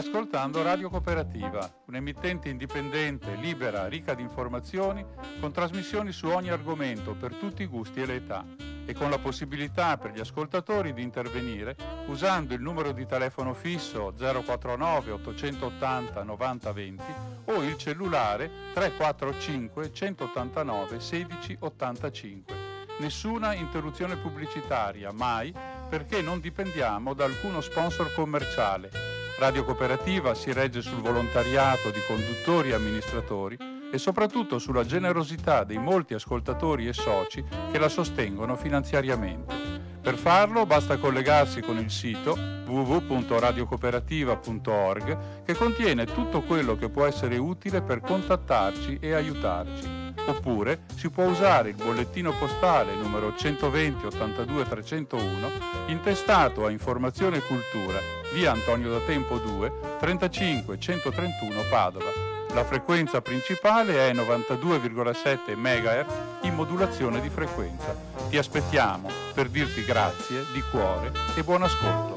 ascoltando Radio Cooperativa, un'emittente indipendente, libera, ricca di informazioni, con trasmissioni su ogni argomento per tutti i gusti e le età, e con la possibilità per gli ascoltatori di intervenire usando il numero di telefono fisso 049 880 90 20 o il cellulare 345 189 16 85. Nessuna interruzione pubblicitaria, mai, perché non dipendiamo da alcuno sponsor commerciale. Radio Cooperativa si regge sul volontariato di conduttori e amministratori e soprattutto sulla generosità dei molti ascoltatori e soci che la sostengono finanziariamente. Per farlo basta collegarsi con il sito www.radiocooperativa.org, che contiene tutto quello che può essere utile per contattarci e aiutarci. Oppure si può usare il bollettino postale numero 120 82 301 intestato a Informazione e Cultura, via Antonio da Tempo 2, 35 131 Padova. La frequenza principale è 92,7 MHz in modulazione di frequenza. Ti aspettiamo per dirti grazie di cuore e buon ascolto.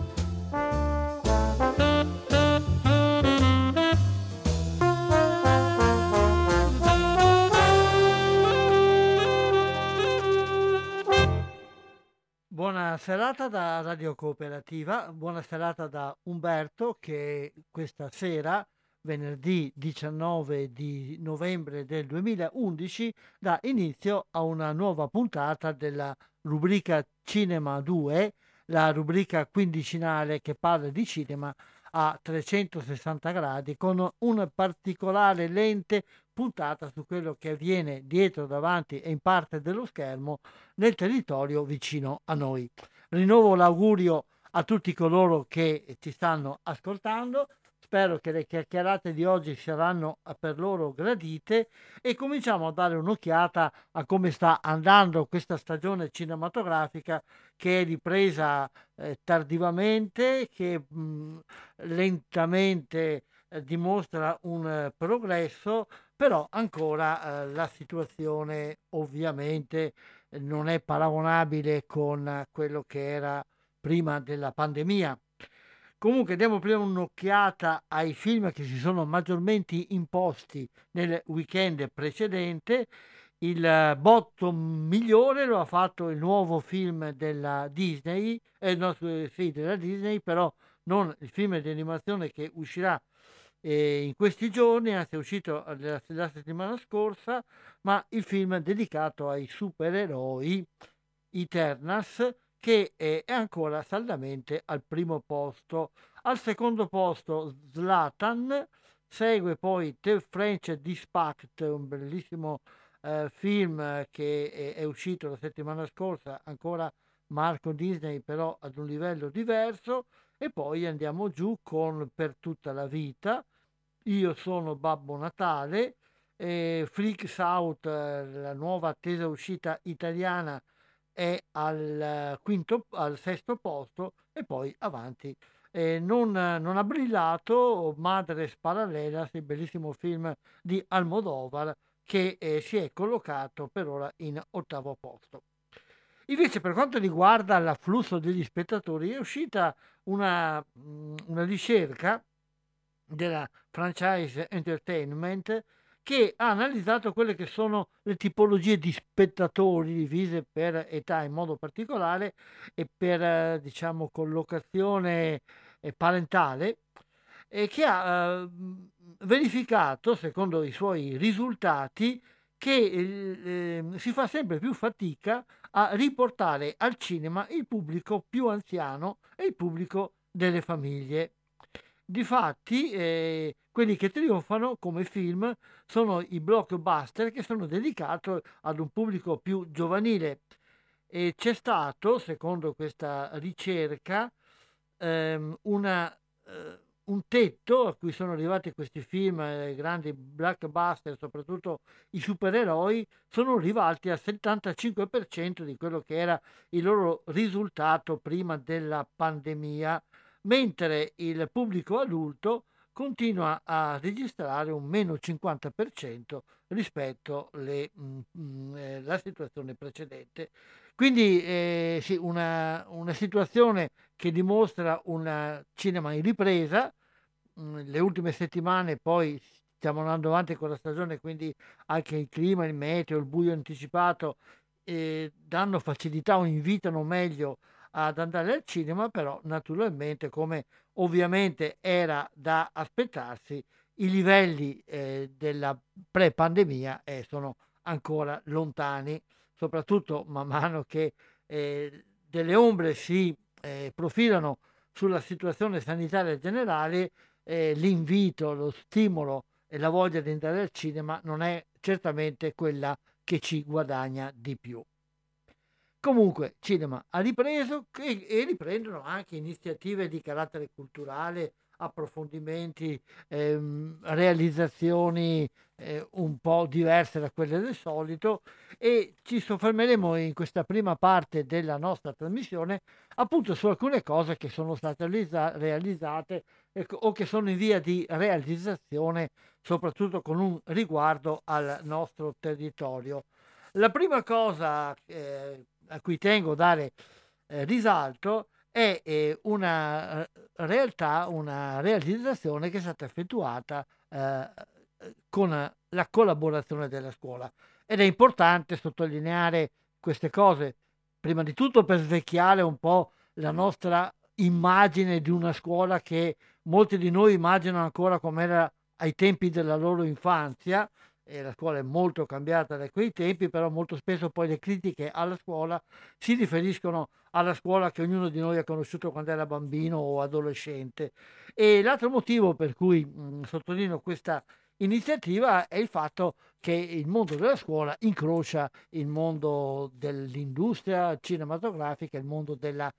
Buona serata da Radio Cooperativa, buona serata da Umberto che questa sera, venerdì 19 di novembre del 2011, dà inizio a una nuova puntata della rubrica Cinema 2, la rubrica quindicinale che parla di cinema a 360 gradi con un particolare lente puntata su quello che avviene dietro, davanti e in parte dello schermo nel territorio vicino a noi. Rinnovo l'augurio a tutti coloro che ci stanno ascoltando, spero che le chiacchierate di oggi saranno per loro gradite e cominciamo a dare un'occhiata a come sta andando questa stagione cinematografica che è ripresa tardivamente, che lentamente dimostra un progresso, però ancora la situazione ovviamente non è paragonabile con quello che era prima della pandemia. Comunque diamo prima un'occhiata ai film che si sono maggiormente imposti nel weekend precedente. Il botto migliore lo ha fatto il nuovo film della Disney, della Disney, però non il film di animazione che uscirà in questi giorni, anzi è uscito la settimana scorsa, ma il film dedicato ai supereroi, Eternals, che è ancora saldamente al primo posto. Al secondo posto Zlatan, segue poi The French Dispatch, un bellissimo film che è uscito la settimana scorsa, ancora marco Disney però ad un livello diverso, e poi andiamo giù con Per tutta la vita, Io sono Babbo Natale, Freaks Out, la nuova attesa uscita italiana, è al sesto posto, e poi avanti non ha brillato Madres Paralelas, il bellissimo film di Almodovar, che si è collocato per ora in ottavo posto. Invece per quanto riguarda l'afflusso degli spettatori è uscita una ricerca della Franchise Entertainment che ha analizzato quelle che sono le tipologie di spettatori divise per età in modo particolare e per diciamo collocazione parentale, e che ha verificato, secondo i suoi risultati, che si fa sempre più fatica a riportare al cinema il pubblico più anziano e il pubblico delle famiglie. Difatti, quelli che trionfano come film sono i blockbuster, che sono dedicati ad un pubblico più giovanile. E c'è stato, secondo questa ricerca, un tetto a cui sono arrivati questi film, grandi blockbuster, soprattutto i supereroi, sono arrivati al 75% di quello che era il loro risultato prima della pandemia, mentre il pubblico adulto continua a registrare un meno 50% rispetto alla situazione precedente. Quindi sì, una situazione che dimostra un cinema in ripresa, le ultime settimane, poi stiamo andando avanti con la stagione, quindi anche il clima, il meteo, il buio anticipato danno facilità o invitano meglio ad andare al cinema, però naturalmente, come ovviamente era da aspettarsi, i livelli della pre-pandemia sono ancora lontani, soprattutto man mano che delle ombre si profilano sulla situazione sanitaria generale, l'invito, lo stimolo e la voglia di andare al cinema non è certamente quella che ci guadagna di più. Comunque, cinema ha ripreso e riprendono anche iniziative di carattere culturale, approfondimenti, realizzazioni un po' diverse da quelle del solito, e ci soffermeremo in questa prima parte della nostra trasmissione appunto su alcune cose che sono state realizzate o che sono in via di realizzazione, soprattutto con un riguardo al nostro territorio. La prima cosa a cui tengo a dare risalto è una realtà, una realizzazione che è stata effettuata con la collaborazione della scuola, ed è importante sottolineare queste cose, prima di tutto per svecchiare un po' la nostra immagine di una scuola che molti di noi immaginano ancora come era ai tempi della loro infanzia, e la scuola è molto cambiata da quei tempi, però molto spesso poi le critiche alla scuola si riferiscono alla scuola che ognuno di noi ha conosciuto quando era bambino o adolescente. E l'altro motivo per cui sottolineo questa iniziativa è il fatto che il mondo della scuola incrocia il mondo dell'industria cinematografica, il mondo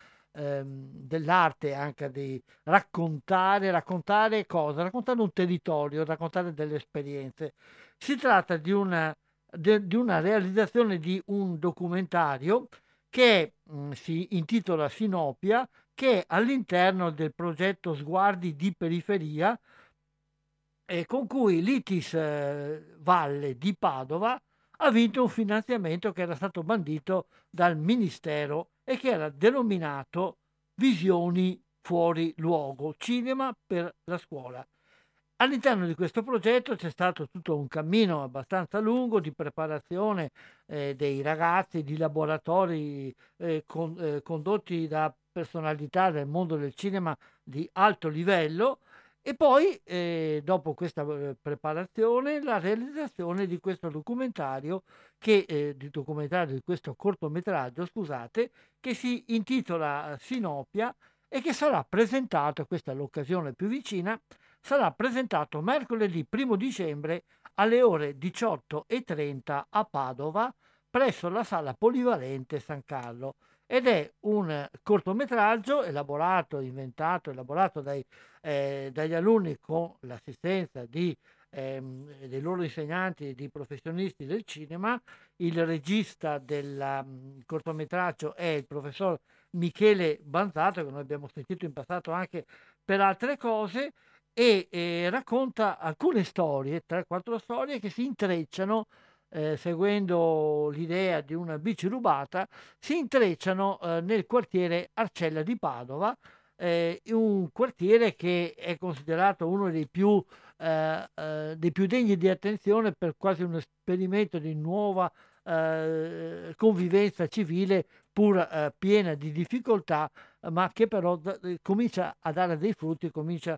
dell'arte, anche di raccontare cosa? Raccontare un territorio, raccontare delle esperienze. Si tratta di una realizzazione di un documentario che si intitola Sinopia, che è all'interno del progetto Sguardi di Periferia, con cui l'ITIS Valle di Padova ha vinto un finanziamento che era stato bandito dal Ministero e che era denominato Visioni fuori luogo, cinema per la scuola. All'interno di questo progetto c'è stato tutto un cammino abbastanza lungo di preparazione dei ragazzi, di laboratori condotti da personalità del mondo del cinema di alto livello, e poi dopo questa preparazione la realizzazione di questo documentario, di questo cortometraggio, scusate, che si intitola Sinopia e che sarà presentato, questa è l'occasione più vicina, sarà presentato mercoledì 1 dicembre alle ore 18:30 a Padova, presso la sala polivalente San Carlo, ed è un cortometraggio elaborato dagli alunni con l'assistenza dei loro insegnanti, di professionisti del cinema. Il regista del cortometraggio è il professor Michele Banzato, che noi abbiamo sentito in passato anche per altre cose, e racconta alcune storie, 3-4 storie che si intrecciano, seguendo l'idea di una bici rubata, si intrecciano nel quartiere Arcella di Padova, un quartiere che è considerato uno dei più degni di attenzione per quasi un esperimento di nuova convivenza civile, pur piena di difficoltà, ma che però comincia a dare dei frutti, comincia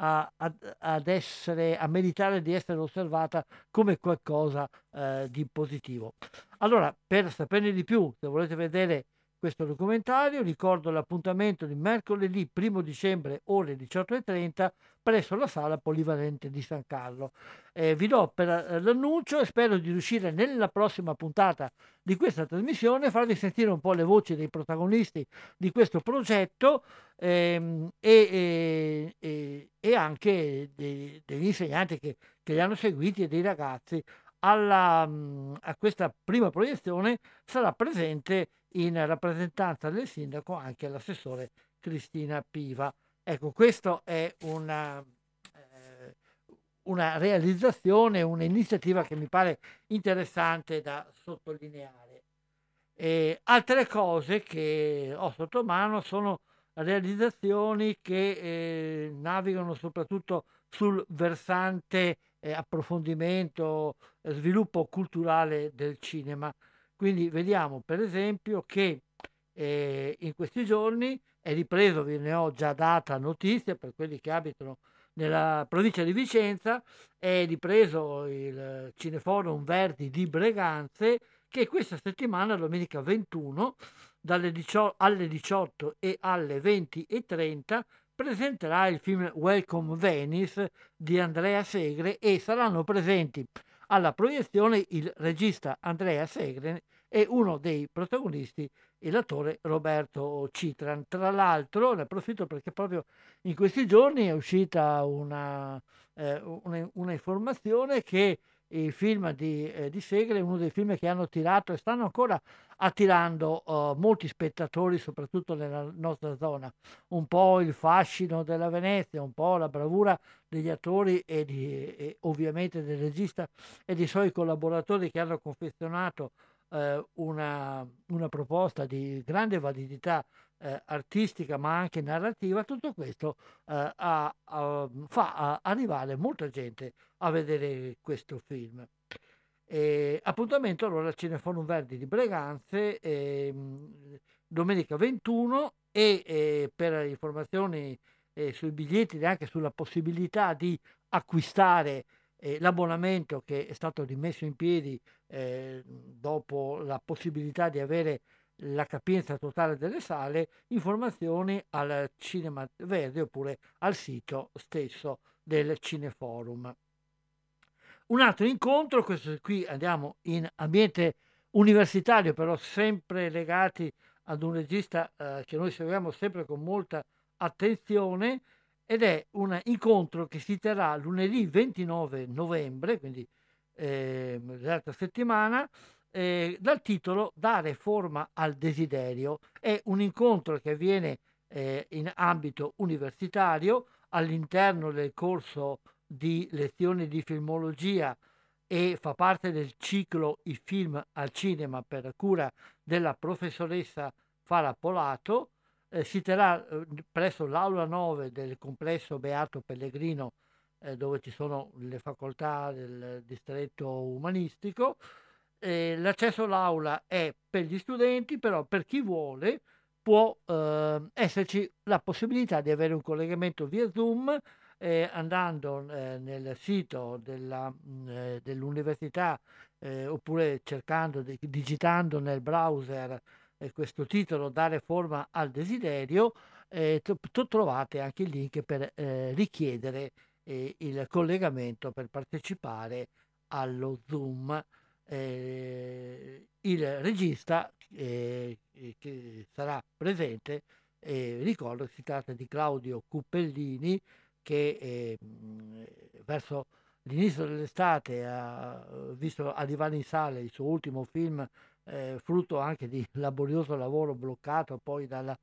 a meritare di essere osservata come qualcosa di positivo. Allora, per saperne di più, se volete vedere questo documentario, ricordo l'appuntamento di mercoledì 1 dicembre ore 18:30 presso la sala polivalente di San Carlo. Vi do per l'annuncio e spero di riuscire nella prossima puntata di questa trasmissione a farvi sentire un po' le voci dei protagonisti di questo progetto, e anche degli insegnanti che li hanno seguiti e dei ragazzi. A questa prima proiezione sarà presente in rappresentanza del sindaco anche l'assessore Cristina Piva. Ecco, questo è una realizzazione, un'iniziativa che mi pare interessante da sottolineare. Altre cose che ho sotto mano sono realizzazioni che navigano soprattutto sul versante approfondimento, sviluppo culturale del cinema. Quindi vediamo per esempio che in questi giorni è ripreso, ve ne ho già data notizia per quelli che abitano nella provincia di Vicenza, è ripreso il Cineforum Verdi di Breganze, che questa settimana, domenica 21, alle 18 e alle 20:30, presenterà il film Welcome Venice di Andrea Segre, e saranno presenti alla proiezione il regista Andrea Segre e uno dei protagonisti, l'attore Roberto Citran. Tra l'altro, ne approfitto perché proprio in questi giorni è uscita una informazione che il film di Segre è uno dei film che hanno tirato e stanno ancora attirando molti spettatori, soprattutto nella nostra zona. Un po' il fascino della Venezia, un po' la bravura degli attori e ovviamente del regista e dei suoi collaboratori, che hanno confezionato una proposta di grande validità artistica ma anche narrativa. Tutto questo fa arrivare molta gente a vedere questo film. Appuntamento allora al Cineforum Verdi di Breganze, domenica 21, e per informazioni sui biglietti e anche sulla possibilità di acquistare l'abbonamento che è stato rimesso in piedi dopo la possibilità di avere la capienza totale delle sale, informazioni al Cinema Verde oppure al sito stesso del Cineforum. Un altro incontro, questo qui andiamo in ambiente universitario, però sempre legati ad un regista che noi seguiamo sempre con molta attenzione, ed è un incontro che si terrà lunedì 29 novembre, quindi l'altra settimana, dal titolo Dare forma al desiderio. È un incontro che avviene in ambito universitario all'interno del corso di lezioni di filmologia e fa parte del ciclo I film al cinema per cura della professoressa Fara Polato. Si terrà presso l'aula 9 del complesso Beato Pellegrino, dove ci sono le facoltà del distretto umanistico. L'accesso all'aula è per gli studenti, però per chi vuole può esserci la possibilità di avere un collegamento via Zoom, andando nel sito dell'università, oppure digitando nel browser questo titolo Dare forma al desiderio. Trovate anche il link per richiedere il collegamento per partecipare allo Zoom. Il regista che sarà presente, ricordo che si tratta di Claudio Cuppellini, che verso l'inizio dell'estate ha visto arrivare in sala il suo ultimo film, frutto anche di laborioso lavoro bloccato poi dalla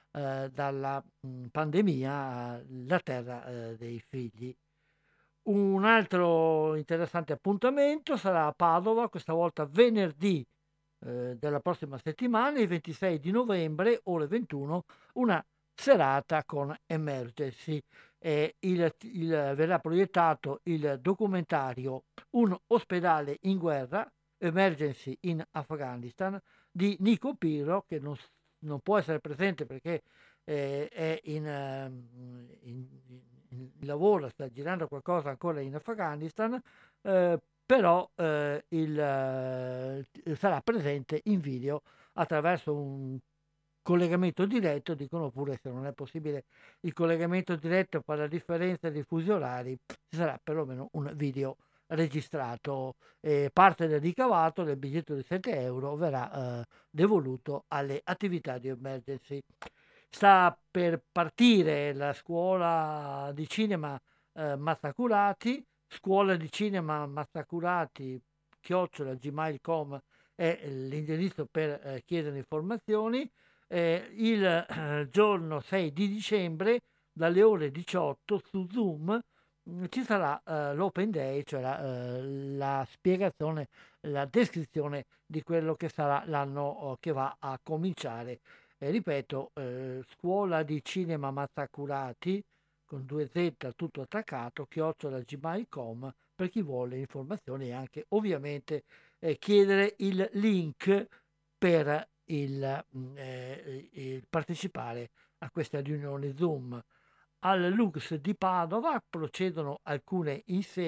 pandemia, La terra dei figli. Un altro interessante appuntamento sarà a Padova, questa volta venerdì della prossima settimana, il 26 di novembre, ore 21, una serata con Emergency. Verrà proiettato il documentario Un ospedale in guerra, Emergency in Afghanistan, di Nico Pirro, che non può essere presente perché è in lavoro, sta girando qualcosa ancora in Afghanistan, però sarà presente in video attraverso un collegamento diretto. Dicono pure, se non è possibile il collegamento diretto per la differenza di fusi orari, ci sarà perlomeno un video registrato. Parte del ricavato del biglietto di 7 euro verrà devoluto alle attività di Emergency. Sta per partire la scuola di cinema Mazzacurati, scuola di cinema Mazzacurati @gmail.com è l'indirizzo per chiedere informazioni. Il giorno 6 di dicembre dalle ore 18 su Zoom ci sarà l'Open Day, cioè la spiegazione, la descrizione di quello che sarà l'anno che va a cominciare ripeto, Scuola di Cinema Mazzacurati, con 2Z tutto attaccato, @gmail.com, per chi vuole informazioni e anche ovviamente chiedere il link per il partecipare a questa riunione Zoom. Al Lux di Padova procedono alcune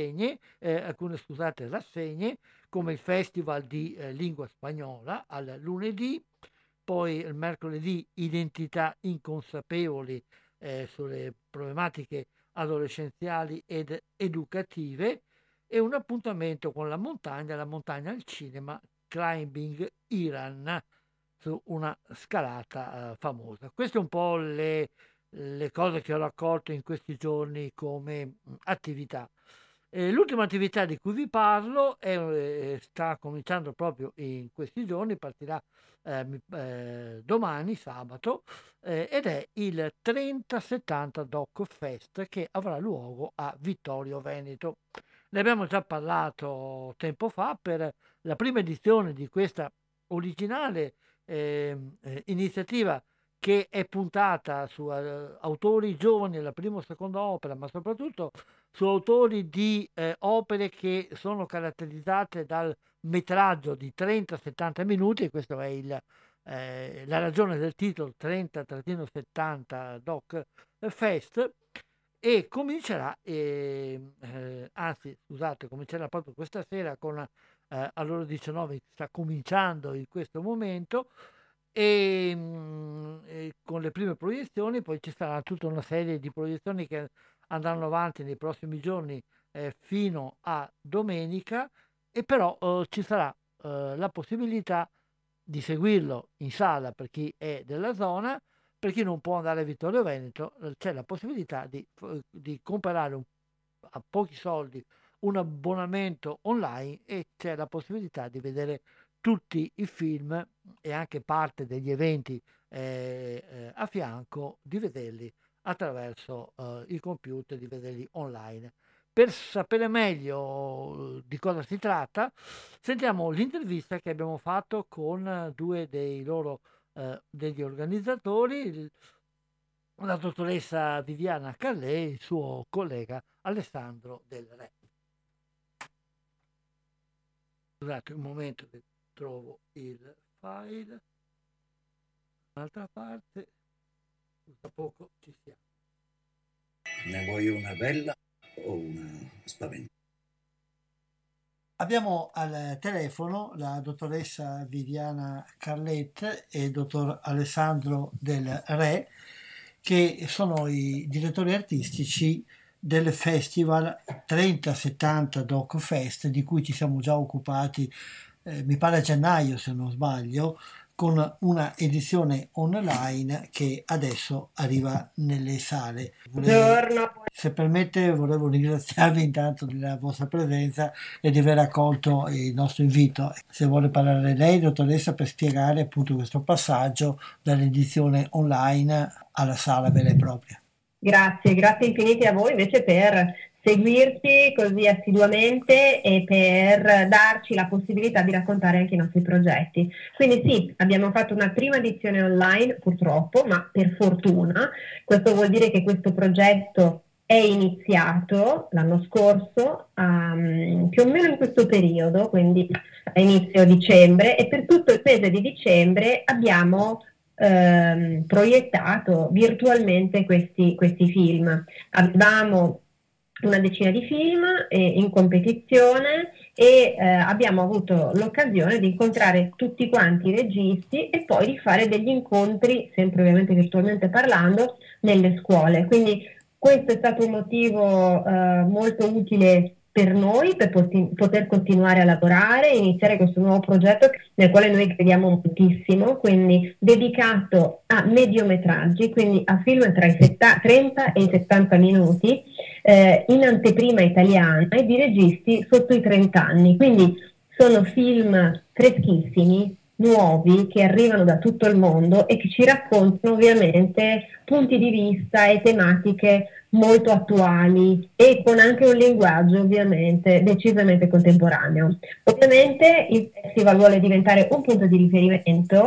rassegne, come il Festival di Lingua Spagnola al lunedì, poi il mercoledì Identità inconsapevoli sulle problematiche adolescenziali ed educative, e un appuntamento con la montagna al cinema, Climbing Iran, su una scalata famosa. Queste un po' le cose che ho raccolto in questi giorni come attività. L'ultima attività di cui vi parlo sta cominciando proprio in questi giorni, partirà domani, sabato, ed è il 3070 Doc Fest, che avrà luogo a Vittorio Veneto. Ne abbiamo già parlato tempo fa per la prima edizione di questa originale iniziativa, che è puntata su autori giovani della prima o seconda opera, ma soprattutto su autori di opere che sono caratterizzate dal metraggio di 30-70 minuti, e questo è la ragione del titolo 30-70 Doc Fest, e comincerà, comincerà proprio questa sera con alle ore 19, sta cominciando in questo momento, e con le prime proiezioni. Poi ci sarà tutta una serie di proiezioni che andranno avanti nei prossimi giorni fino a domenica, e però ci sarà la possibilità di seguirlo in sala per chi è della zona. Per chi non può andare a Vittorio Veneto, c'è la possibilità di comprare a pochi soldi un abbonamento online, e c'è la possibilità di vedere tutti i film e anche parte degli eventi a fianco, di vederli attraverso il computer, di vederli online. Per sapere meglio di cosa si tratta, sentiamo l'intervista che abbiamo fatto con due degli organizzatori, la dottoressa Viviana Carlet e il suo collega Alessandro Del Re. Scusate un momento che trovo il file, un'altra parte, tra poco ci siamo. Ne vuoi una bella o una spaventosa? Abbiamo al telefono la dottoressa Viviana Carlet e il dottor Alessandro Del Re, che sono i direttori artistici del festival 3070 Doc Fest, di cui ci siamo già occupati, mi pare a gennaio se non sbaglio, con una edizione online che adesso arriva nelle sale. Buongiorno. Se permette, volevo ringraziarvi intanto della vostra presenza e di aver accolto il nostro invito. Se vuole parlare lei, dottoressa, per spiegare appunto questo passaggio dall'edizione online alla sala vera e propria. Grazie infinite a voi invece per seguirci così assiduamente e per darci la possibilità di raccontare anche i nostri progetti. Quindi sì, abbiamo fatto una prima edizione online, purtroppo, ma per fortuna. Questo vuol dire che questo progetto è iniziato l'anno scorso, più o meno in questo periodo, quindi a inizio dicembre, e per tutto il mese di dicembre abbiamo proiettato virtualmente questi film. Avevamo una decina di film in competizione e abbiamo avuto l'occasione di incontrare tutti quanti i registi e poi di fare degli incontri, sempre ovviamente virtualmente parlando, nelle scuole. Quindi questo è stato un motivo molto utile per noi, per poter continuare a lavorare e iniziare questo nuovo progetto nel quale noi crediamo moltissimo, quindi dedicato a mediometraggi, quindi a film tra i 30 e i 70 minuti, in anteprima italiana e di registi sotto i 30 anni. Quindi sono film freschissimi, nuovi, che arrivano da tutto il mondo e che ci raccontano ovviamente punti di vista e tematiche molto attuali e con anche un linguaggio ovviamente decisamente contemporaneo. Ovviamente il festival vuole diventare un punto di riferimento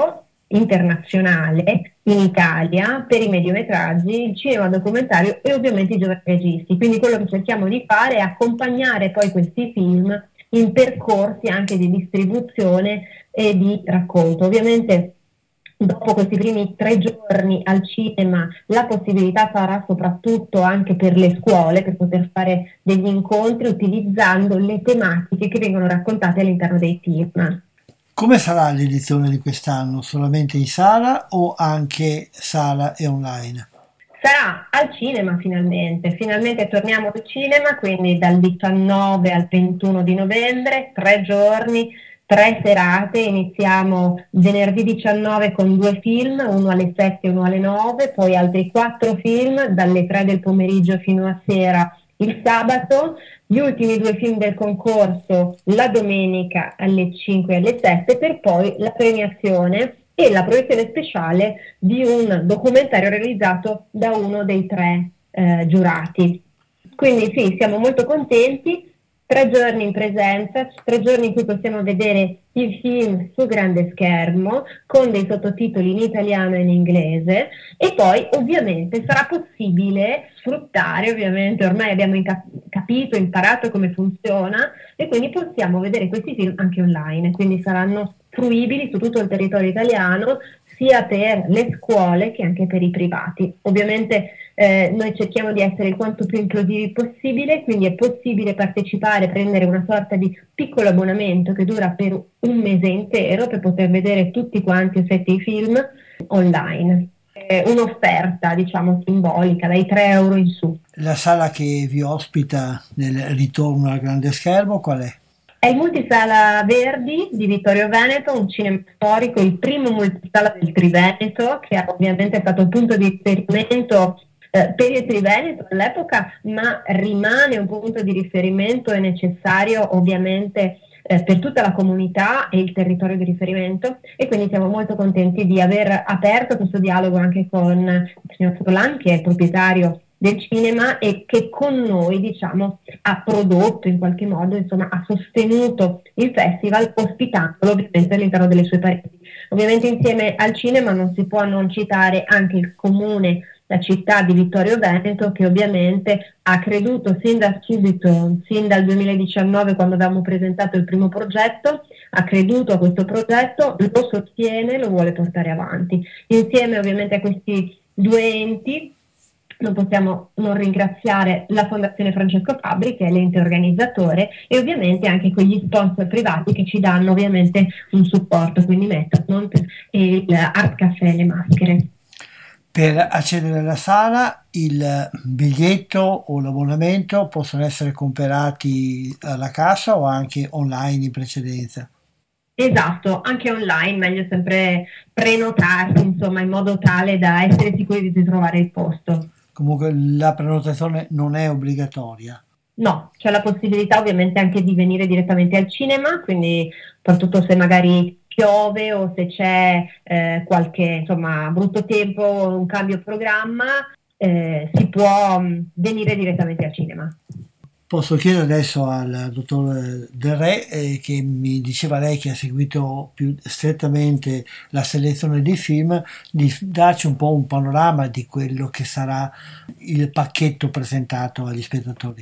internazionale in Italia per i mediometraggi, il cinema documentario e ovviamente i giovani registi. Quindi quello che cerchiamo di fare è accompagnare poi questi film in percorsi anche di distribuzione e di racconto. Ovviamente dopo questi primi 3 giorni al cinema la possibilità sarà soprattutto anche per le scuole per poter fare degli incontri utilizzando le tematiche che vengono raccontate all'interno dei film. Come sarà l'edizione di quest'anno? Solamente in sala o anche sala e online? Sarà al cinema finalmente torniamo al cinema, quindi dal 19 al 21 di novembre, 3 giorni, 3 serate, iniziamo venerdì 19 con 2 film, uno alle 7 e uno alle 9, poi altri 4 film dalle 3 del pomeriggio fino a sera il sabato, gli ultimi 2 film del concorso la domenica alle 5 e alle 7, per poi la premiazione e la proiezione speciale di un documentario realizzato da uno dei 3 giurati. Quindi sì, siamo molto contenti. 3 giorni in presenza, 3 giorni in cui possiamo vedere il film su grande schermo con dei sottotitoli in italiano e in inglese, e poi ovviamente sarà possibile sfruttare, ovviamente ormai abbiamo capito, imparato come funziona, e quindi possiamo vedere questi film anche online, quindi saranno fruibili su tutto il territorio italiano sia per le scuole che anche per i privati. Ovviamente noi cerchiamo di essere quanto più inclusivi possibile, quindi è possibile partecipare, prendere una sorta di piccolo abbonamento che dura per un mese intero per poter vedere tutti quanti i film online. È un'offerta, diciamo, simbolica, dai 3 euro in su. La sala che vi ospita nel ritorno al grande schermo qual è? È il Multisala Verdi di Vittorio Veneto, un cinema storico, il primo multisala del Triveneto, che ovviamente è stato un punto di riferimento per il Triveneto all'epoca, ma rimane un punto di riferimento e necessario ovviamente per tutta la comunità e il territorio di riferimento, e quindi siamo molto contenti di aver aperto questo dialogo anche con il signor Furlan, che è proprietario del cinema e che con noi, diciamo, ha prodotto in qualche modo, insomma, ha sostenuto il festival ospitandolo ovviamente all'interno delle sue pareti. Ovviamente insieme al cinema non si può non citare anche il comune, la città di Vittorio Veneto, che ovviamente ha creduto sin da subito, sin dal 2019 quando avevamo presentato il primo progetto, ha creduto a questo progetto, lo sostiene, lo vuole portare avanti. Insieme ovviamente a questi 2 enti non possiamo non ringraziare la Fondazione Francesco Fabbri, che è l'ente organizzatore, e ovviamente anche quegli sponsor privati che ci danno ovviamente un supporto, quindi Metamont e il Art Café Le Maschere. Per accedere alla sala il biglietto o l'abbonamento possono essere comprati alla cassa o anche online in precedenza? Esatto, anche online, meglio sempre prenotarsi, insomma, in modo tale da essere sicuri di trovare il posto. Comunque la prenotazione non è obbligatoria. No, c'è la possibilità ovviamente anche di venire direttamente al cinema, quindi soprattutto se magari piove o se c'è qualche, insomma, brutto tempo o un cambio programma, si può venire direttamente al cinema. Posso chiedere adesso al dottor Del Re, che mi diceva lei che ha seguito più strettamente la selezione dei film, di darci un po' un panorama di quello che sarà il pacchetto presentato agli spettatori.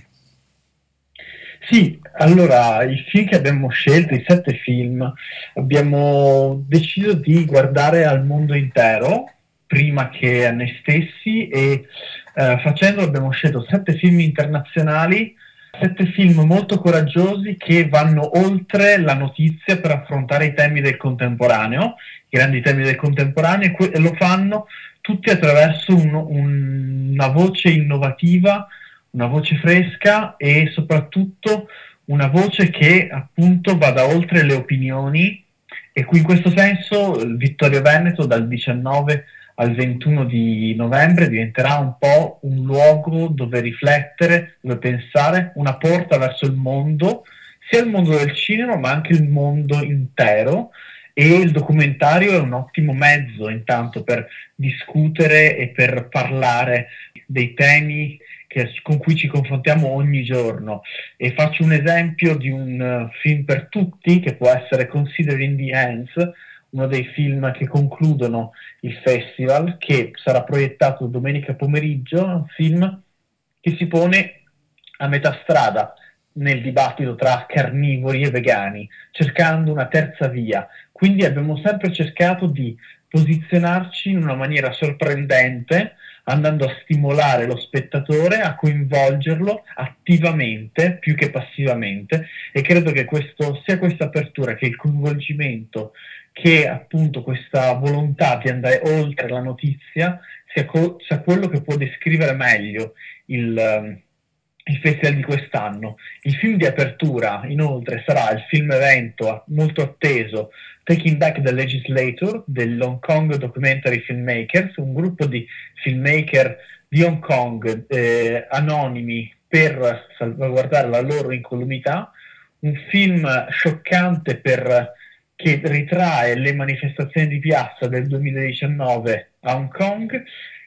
Sì, allora i film che abbiamo scelto, i 7 film, abbiamo deciso di guardare al mondo intero prima che a noi stessi, e facendolo abbiamo scelto 7 film internazionali, 7 film molto coraggiosi che vanno oltre la notizia per affrontare i temi del contemporaneo, i grandi temi del contemporaneo, e lo fanno tutti attraverso una voce innovativa, una voce fresca e soprattutto una voce che appunto vada oltre le opinioni, e qui in questo senso il Vittorio Veneto dal 19 al 21 di novembre diventerà un po' un luogo dove riflettere, dove pensare, una porta verso il mondo, sia il mondo del cinema ma anche il mondo intero, e il documentario è un ottimo mezzo intanto per discutere e per parlare dei temi con cui ci confrontiamo ogni giorno. E faccio un esempio di un film per tutti che può essere Considering the Ends, uno dei film che concludono il festival, che sarà proiettato domenica pomeriggio. È un film che si pone a metà strada nel dibattito tra carnivori e vegani, cercando una terza via. Quindi abbiamo sempre cercato di posizionarci in una maniera sorprendente, andando a stimolare lo spettatore, a coinvolgerlo attivamente più che passivamente, e credo che sia questa apertura, che il coinvolgimento, che appunto questa volontà di andare oltre la notizia sia quello che può descrivere meglio il festival di quest'anno. Il film di apertura, inoltre, sarà il film evento molto atteso Taking Back the Legislature dell'Hong Kong Documentary Filmmakers, un gruppo di filmmaker di Hong Kong anonimi per salvaguardare la loro incolumità, un film scioccante che ritrae le manifestazioni di piazza del 2019 a Hong Kong,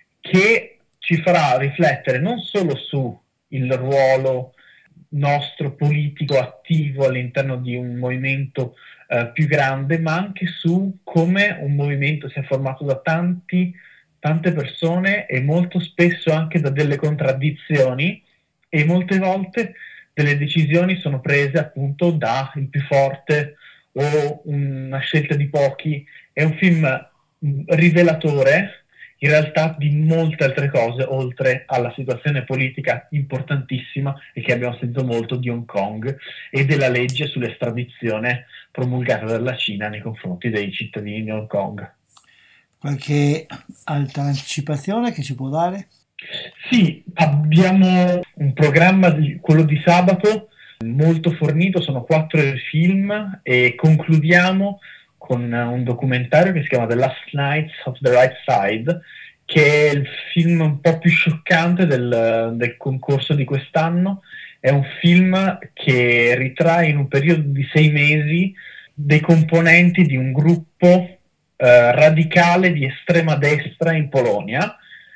che ci farà riflettere non solo su il ruolo nostro politico attivo all'interno di un movimento più grande, ma anche su come un movimento sia formato da tante persone, e molto spesso anche da delle contraddizioni, e molte volte delle decisioni sono prese appunto da il più forte o una scelta di pochi. È un film rivelatore in realtà di molte altre cose, oltre alla situazione politica importantissima, e che abbiamo sentito molto, di Hong Kong e della legge sull'estradizione promulgata dalla Cina nei confronti dei cittadini di Hong Kong. Qualche altra anticipazione che ci può dare? Sì, abbiamo un programma, quello di sabato, molto fornito, sono 4 film, e concludiamo con un documentario che si chiama The Last Nights of the Right Side, che è il film un po' più scioccante del concorso di quest'anno. È un film che ritrae in un periodo di 6 mesi dei componenti di un gruppo radicale di estrema destra in Polonia,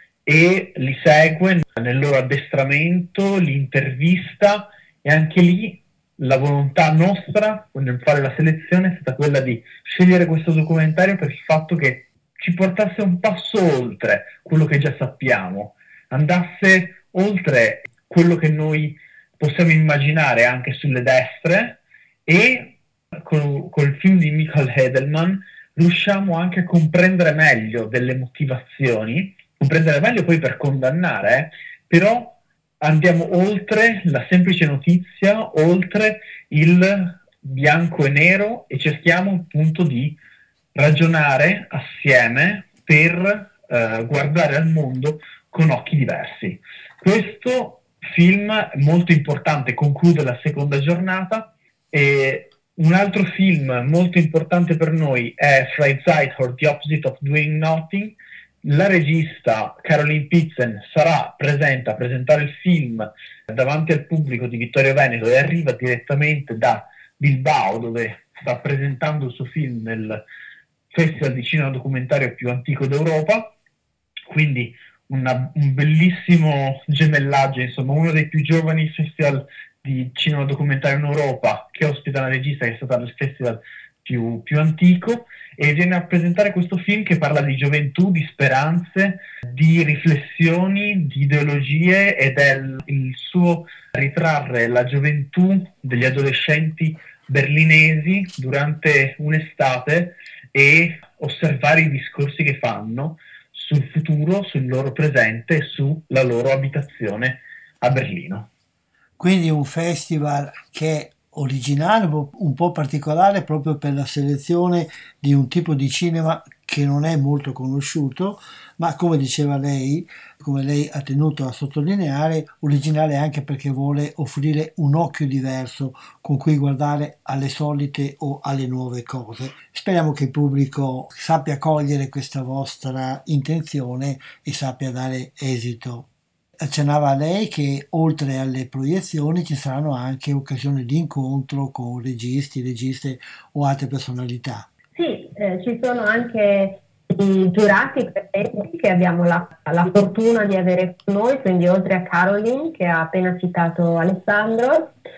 e li segue nel loro addestramento, li intervista, e anche lì la volontà nostra nel fare la selezione è stata quella di scegliere questo documentario per il fatto che ci portasse un passo oltre quello che già sappiamo, andasse oltre quello che noi possiamo immaginare anche sulle destre, e col film di Michael Edelman riusciamo anche a comprendere meglio delle motivazioni, comprendere meglio poi per condannare, però andiamo oltre la semplice notizia, oltre il bianco e nero, e cerchiamo appunto di ragionare assieme per guardare al mondo con occhi diversi. Questo film è molto importante, conclude la seconda giornata. E un altro film molto importante per noi è Freizeit or The Opposite of Doing Nothing. La regista Caroline Pitzen sarà presente a presentare il film davanti al pubblico di Vittorio Veneto, e arriva direttamente da Bilbao, dove sta presentando il suo film nel festival di cinema documentario più antico d'Europa. Quindi un bellissimo gemellaggio, insomma, uno dei più giovani festival di cinema documentario in Europa, che ospita una regista che è stata nel festival più antico, e viene a presentare questo film che parla di gioventù, di speranze, di riflessioni, di ideologie, ed è il suo ritrarre la gioventù degli adolescenti berlinesi durante un'estate e osservare i discorsi che fanno sul futuro, sul loro presente e sulla loro abitazione a Berlino. Quindi un festival che è originale, un po' particolare, proprio per la selezione di un tipo di cinema che non è molto conosciuto, ma come diceva lei, come lei ha tenuto a sottolineare, originale anche perché vuole offrire un occhio diverso con cui guardare alle solite o alle nuove cose. Speriamo che il pubblico sappia cogliere questa vostra intenzione e sappia dare esito. Accennava lei che oltre alle proiezioni ci saranno anche occasioni di incontro con registi, registe o altre personalità. Sì, ci sono anche i giurati presenti che abbiamo la fortuna di avere con noi, quindi oltre a Caroline che ha appena citato Alessandro,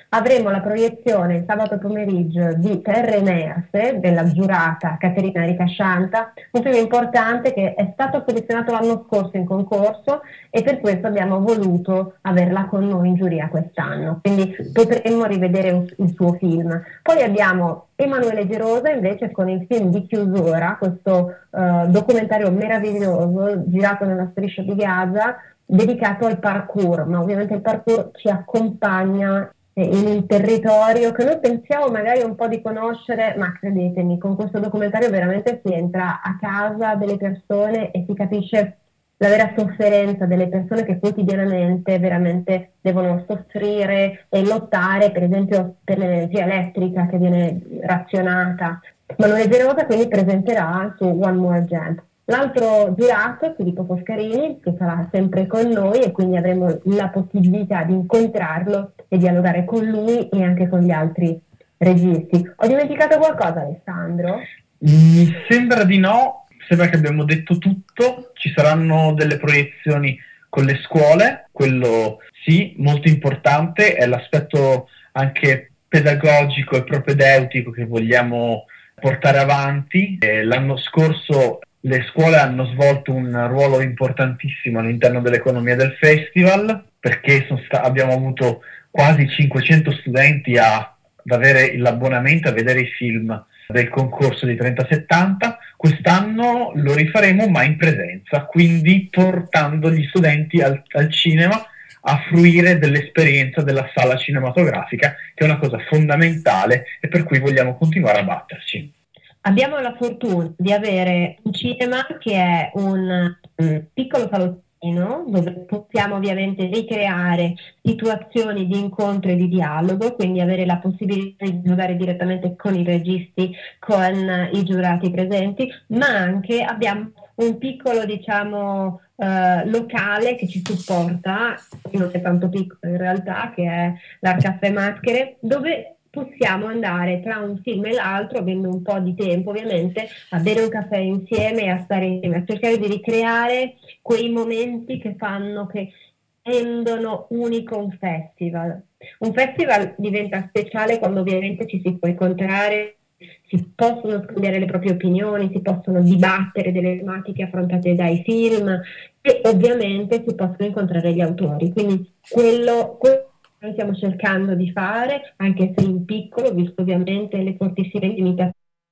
avremo la proiezione il sabato pomeriggio di Terre Emerse della giurata Caterina Ricascianta, un film importante che è stato selezionato l'anno scorso in concorso e per questo abbiamo voluto averla con noi in giuria quest'anno, quindi potremmo rivedere il suo film. Poi abbiamo Emanuele Gerosa invece con il film di chiusura, questo documentario meraviglioso girato nella striscia di Gaza, dedicato al parkour, ma ovviamente il parkour ci accompagna in un territorio che noi pensiamo magari un po' di conoscere, ma credetemi, con questo documentario veramente si entra a casa delle persone e si capisce la vera sofferenza delle persone che quotidianamente veramente devono soffrire e lottare, per esempio per l'energia elettrica che viene razionata. Manuele Gerosa quindi presenterà su One More Jump. L'altro giurato, Filippo Foscarini, che sarà sempre con noi e quindi avremo la possibilità di incontrarlo e dialogare con lui e anche con gli altri registi. Ho dimenticato qualcosa, Alessandro? Mi sembra di no, sembra che abbiamo detto tutto. Ci saranno delle proiezioni con le scuole, quello sì, molto importante, è l'aspetto anche pedagogico e propedeutico che vogliamo portare avanti. L'anno scorso le scuole hanno svolto un ruolo importantissimo all'interno dell'economia del festival, perché abbiamo avuto quasi 500 studenti ad avere l'abbonamento a vedere i film del concorso di 3070. Quest'anno lo rifaremo ma in presenza, quindi portando gli studenti al cinema a fruire dell'esperienza della sala cinematografica, che è una cosa fondamentale e per cui vogliamo continuare a batterci. Abbiamo la fortuna di avere un cinema che è un piccolo salottino dove possiamo ovviamente ricreare situazioni di incontro e di dialogo, quindi avere la possibilità di giocare direttamente con i registi, con i giurati presenti, ma anche abbiamo un piccolo, diciamo, locale che ci supporta, non è tanto piccolo in realtà, che è l'Art Caffè Maschere, dove possiamo andare tra un film e l'altro, avendo un po' di tempo ovviamente, a bere un caffè insieme e a stare insieme, a cercare di ricreare quei momenti che rendono unico un festival. Un festival diventa speciale quando ovviamente ci si può incontrare, si possono scambiare le proprie opinioni, si possono dibattere delle tematiche affrontate dai film e ovviamente si possono incontrare gli autori. Quindi quello noi stiamo cercando di fare, anche se in piccolo, visto ovviamente le fortissime limitazioni,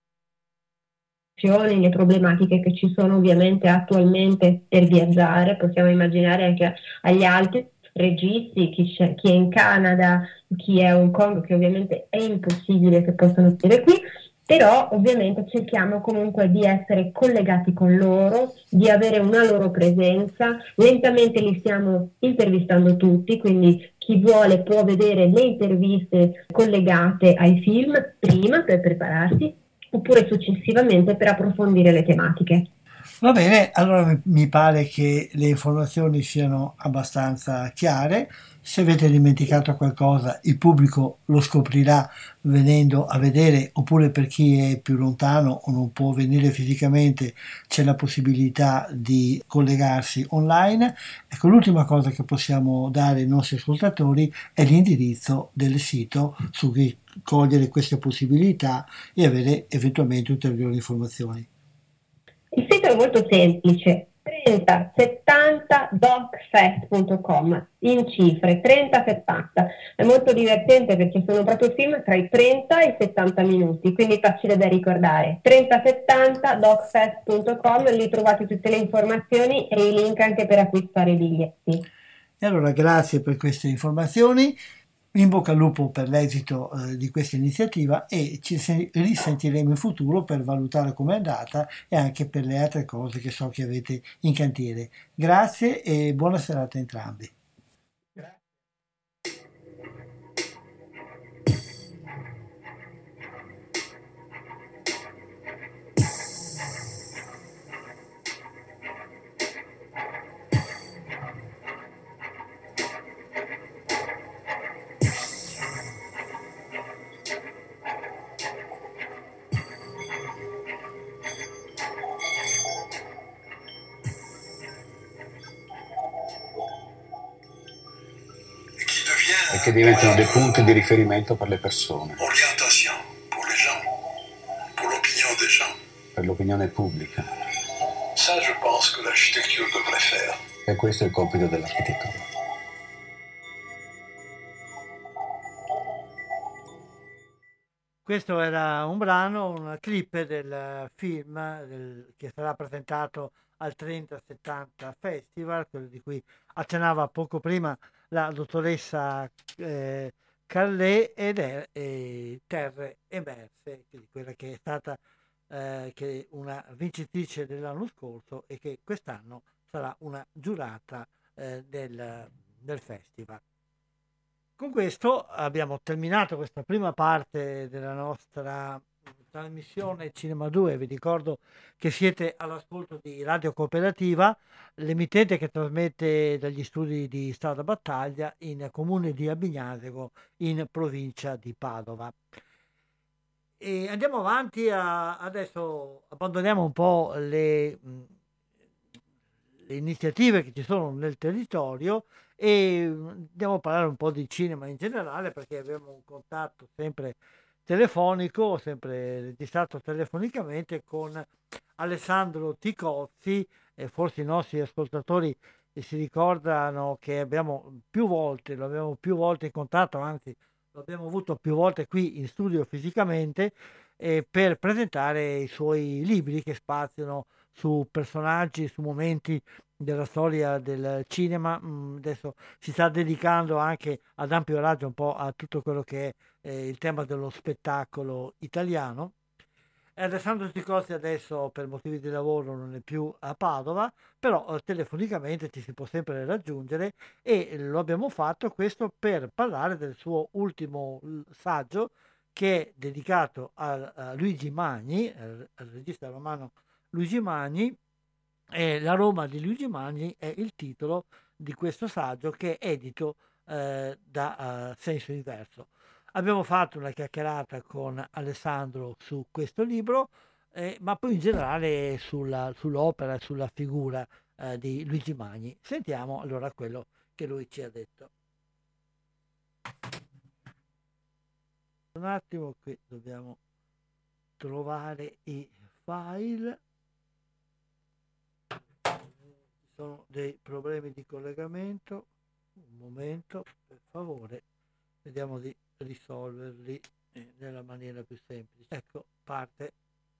le problematiche che ci sono ovviamente attualmente per viaggiare. Possiamo immaginare anche agli altri registi, chi è in Canada, chi è a Hong Kong, che ovviamente è impossibile che possano essere qui, però ovviamente cerchiamo comunque di essere collegati con loro, di avere una loro presenza. Lentamente li stiamo intervistando tutti, quindi chi vuole può vedere le interviste collegate ai film prima per prepararsi, oppure successivamente per approfondire le tematiche. Va bene, allora mi pare che le informazioni siano abbastanza chiare. Se avete dimenticato qualcosa, il pubblico lo scoprirà venendo a vedere, oppure per chi è più lontano o non può venire fisicamente c'è la possibilità di collegarsi online. Ecco, l'ultima cosa che possiamo dare ai nostri ascoltatori è l'indirizzo del sito su cui cogliere queste possibilità e avere eventualmente ulteriori informazioni. Il sito è molto semplice, 3070docfest.com, in cifre, 3070. È molto divertente perché sono proprio film tra i 30 e i 70 minuti, quindi facile da ricordare. 3070docfest.com, lì trovate tutte le informazioni e i link anche per acquistare i biglietti. E allora grazie per queste informazioni. In bocca al lupo per l'esito di questa iniziativa e ci risentiremo in futuro per valutare com'è andata e anche per le altre cose che so che avete in cantiere. Grazie e buona serata a entrambi. che diventano dei punti di riferimento per le persone, orientation pour les gens, pour l'opinion des gens. per l'opinione pubblica. Ça, je pense que l'architecture devrait faire. E questo è il compito dell'architettura. Questo era un brano, una clip del film che sarà presentato al 3070 Festival, quello di cui accennava poco prima la dottoressa Carlet, ed è Terre Emerse, quella che è stata che una vincitrice dell'anno scorso e che quest'anno sarà una giurata del festival. Con questo abbiamo terminato questa prima parte della nostra trasmissione Cinema 2. Vi ricordo che siete all'ascolto di Radio Cooperativa, l'emittente che trasmette dagli studi di Strada Battaglia in comune di Abignasego, in provincia di Padova. E andiamo avanti, adesso abbandoniamo un po' le iniziative che ci sono nel territorio e andiamo a parlare un po' di cinema in generale, perché abbiamo un contatto sempre telefonico, sempre registrato telefonicamente, con Alessandro Ticozzi. Forse i nostri ascoltatori si ricordano che lo abbiamo più volte incontrato, anzi lo abbiamo avuto più volte qui in studio fisicamente, per presentare i suoi libri che spaziano su personaggi, su momenti della storia del cinema. Adesso si sta dedicando anche ad ampio raggio un po' a tutto quello che è il tema dello spettacolo italiano. Alessandro Ticozzi adesso per motivi di lavoro non è più a Padova, però telefonicamente ci si può sempre raggiungere, e lo abbiamo fatto questo per parlare del suo ultimo saggio, che è dedicato a Luigi Magni, al regista romano Luigi Magni. La Roma di Luigi Magni è il titolo di questo saggio, che è edito da Senso Inverso. Abbiamo fatto una chiacchierata con Alessandro su questo libro, ma poi in generale sull'opera e sulla figura di Luigi Magni. Sentiamo allora quello che lui ci ha detto. Un attimo, qui dobbiamo trovare i file. Ci sono dei problemi di collegamento. Un momento, per favore, vediamo di risolverli nella maniera più semplice. Ecco, parte.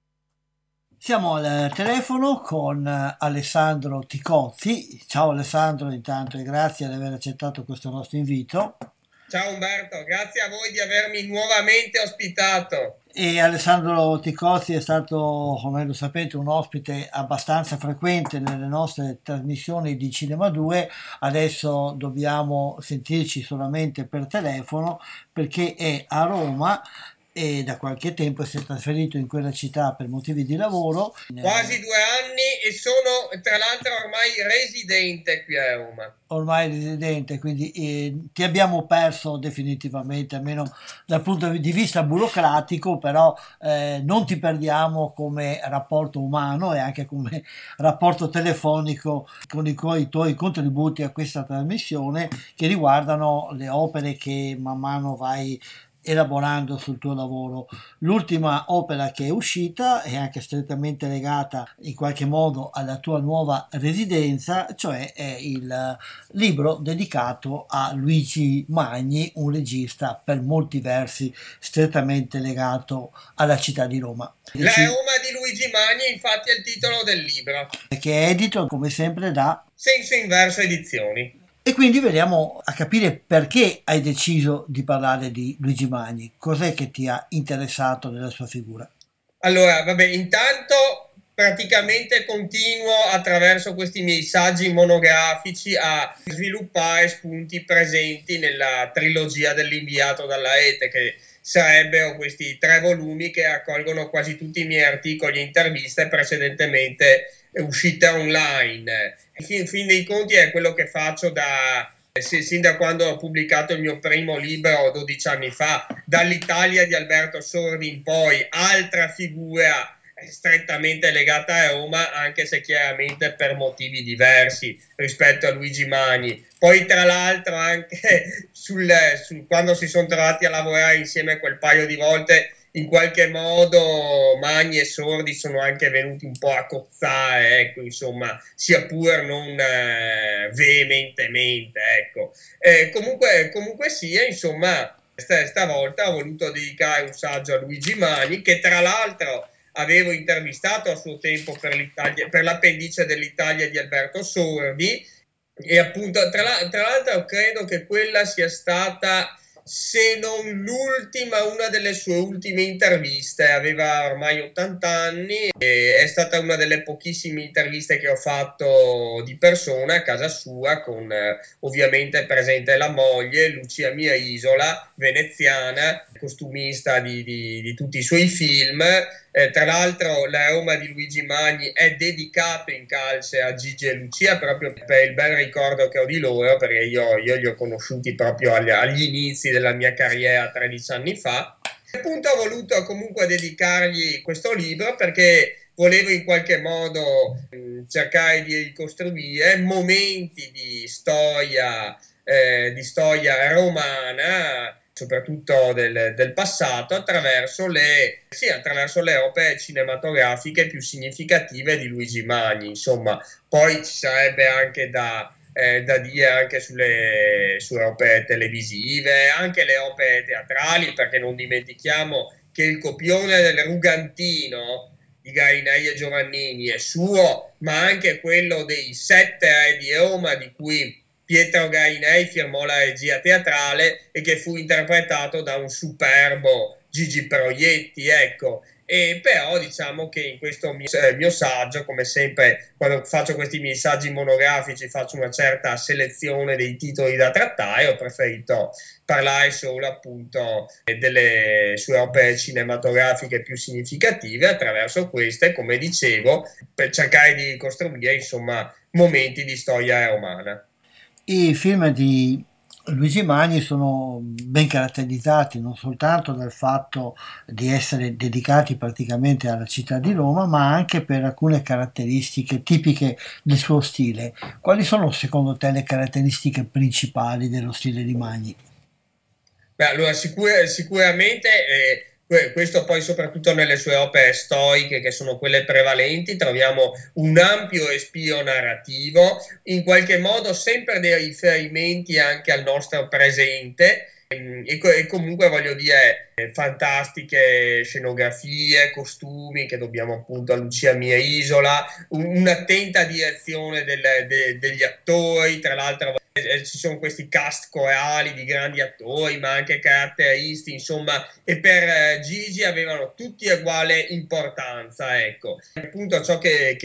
Siamo al telefono con Alessandro Ticozzi. Ciao Alessandro, intanto, e grazie di aver accettato questo nostro invito. Ciao Umberto, grazie a voi di avermi nuovamente ospitato. E Alessandro Ticozzi è stato, come lo sapete, un ospite abbastanza frequente nelle nostre trasmissioni di Cinema 2. Adesso dobbiamo sentirci solamente per telefono, perché è a Roma e da qualche tempo si è trasferito in quella città per motivi di lavoro. Quasi 2 anni, e sono tra l'altro ormai residente qui a Roma. Ormai residente, quindi ti abbiamo perso definitivamente, almeno dal punto di vista burocratico, però non ti perdiamo come rapporto umano e anche come rapporto telefonico con i tuoi contributi a questa trasmissione, che riguardano le opere che man mano vai elaborando sul tuo lavoro. L'ultima opera che è uscita è anche strettamente legata in qualche modo alla tua nuova residenza, cioè è il libro dedicato a Luigi Magni, un regista per molti versi strettamente legato alla città di Roma. La Roma di Luigi Magni, infatti, è il titolo del libro, che è edito come sempre da Senso Inverso Edizioni. E quindi veniamo a capire perché hai deciso di parlare di Luigi Magni. Cos'è che ti ha interessato nella sua figura? Allora, vabbè, intanto praticamente continuo attraverso questi miei saggi monografici a sviluppare spunti presenti nella trilogia dell'inviato dalla Ete, che sarebbero questi 3 volumi che raccolgono quasi tutti i miei articoli e interviste precedentemente uscite online. In fin dei conti è quello che faccio sin da quando ho pubblicato il mio primo libro 12 anni fa, dall'Italia di Alberto Sordi in poi. Altra figura strettamente legata a Roma, anche se chiaramente per motivi diversi rispetto a Luigi Magni. Poi tra l'altro anche quando si sono trovati a lavorare insieme quel paio di volte, in qualche modo Magni e Sordi sono anche venuti un po' a cozzare, ecco, insomma, sia pur non veementemente, ecco. Comunque sia, insomma, stavolta ho voluto dedicare un saggio a Luigi Magni, che tra l'altro avevo intervistato a suo tempo per l'appendice dell'Italia di Alberto Sordi, e appunto tra l'altro credo che quella sia stata, se non l'ultima, una delle sue ultime interviste. Aveva ormai 80 anni e è stata una delle pochissime interviste che ho fatto di persona a casa sua, con ovviamente presente la moglie, Lucia Mia Isola, veneziana, costumista di tutti i suoi film. Tra l'altro la Roma di Luigi Magni è dedicato in calce a Gigi e Lucia, proprio per il bel ricordo che ho di loro, perché io li ho conosciuti proprio agli inizi della mia carriera 13 anni fa. Appunto ho voluto comunque dedicargli questo libro perché volevo in qualche modo cercare di ricostruire momenti di storia romana, soprattutto del passato, attraverso le opere cinematografiche più significative di Luigi Magni. Insomma, poi ci sarebbe anche da dire anche sulle opere televisive, anche le opere teatrali, perché non dimentichiamo che il copione del Rugantino di Garinei e Giovannini è suo, ma anche quello dei 7 Re di Roma, di cui Pietro Garinei firmò la regia teatrale e che fu interpretato da un superbo Gigi Proietti, ecco. E però diciamo che in questo mio saggio, come sempre quando faccio questi miei saggi monografici, faccio una certa selezione dei titoli da trattare. Ho preferito parlare solo appunto delle sue opere cinematografiche più significative, attraverso queste, come dicevo, per cercare di ricostruire insomma momenti di storia romana. I film di Luigi Magni sono ben caratterizzati non soltanto dal fatto di essere dedicati praticamente alla città di Roma, ma anche per alcune caratteristiche tipiche del suo stile. Quali sono secondo te le caratteristiche principali dello stile di Magni? Beh, allora sicuramente questo poi soprattutto nelle sue opere storiche, che sono quelle prevalenti, troviamo un ampio respiro narrativo, in qualche modo sempre dei riferimenti anche al nostro presente, e comunque voglio dire fantastiche scenografie, costumi che dobbiamo appunto a Lucia Mia Isola, un'attenta direzione degli attori. Tra l'altro ci sono questi cast corali di grandi attori, ma anche caratteristi, insomma, e per Gigi avevano tutti uguale importanza, ecco. Appunto ciò che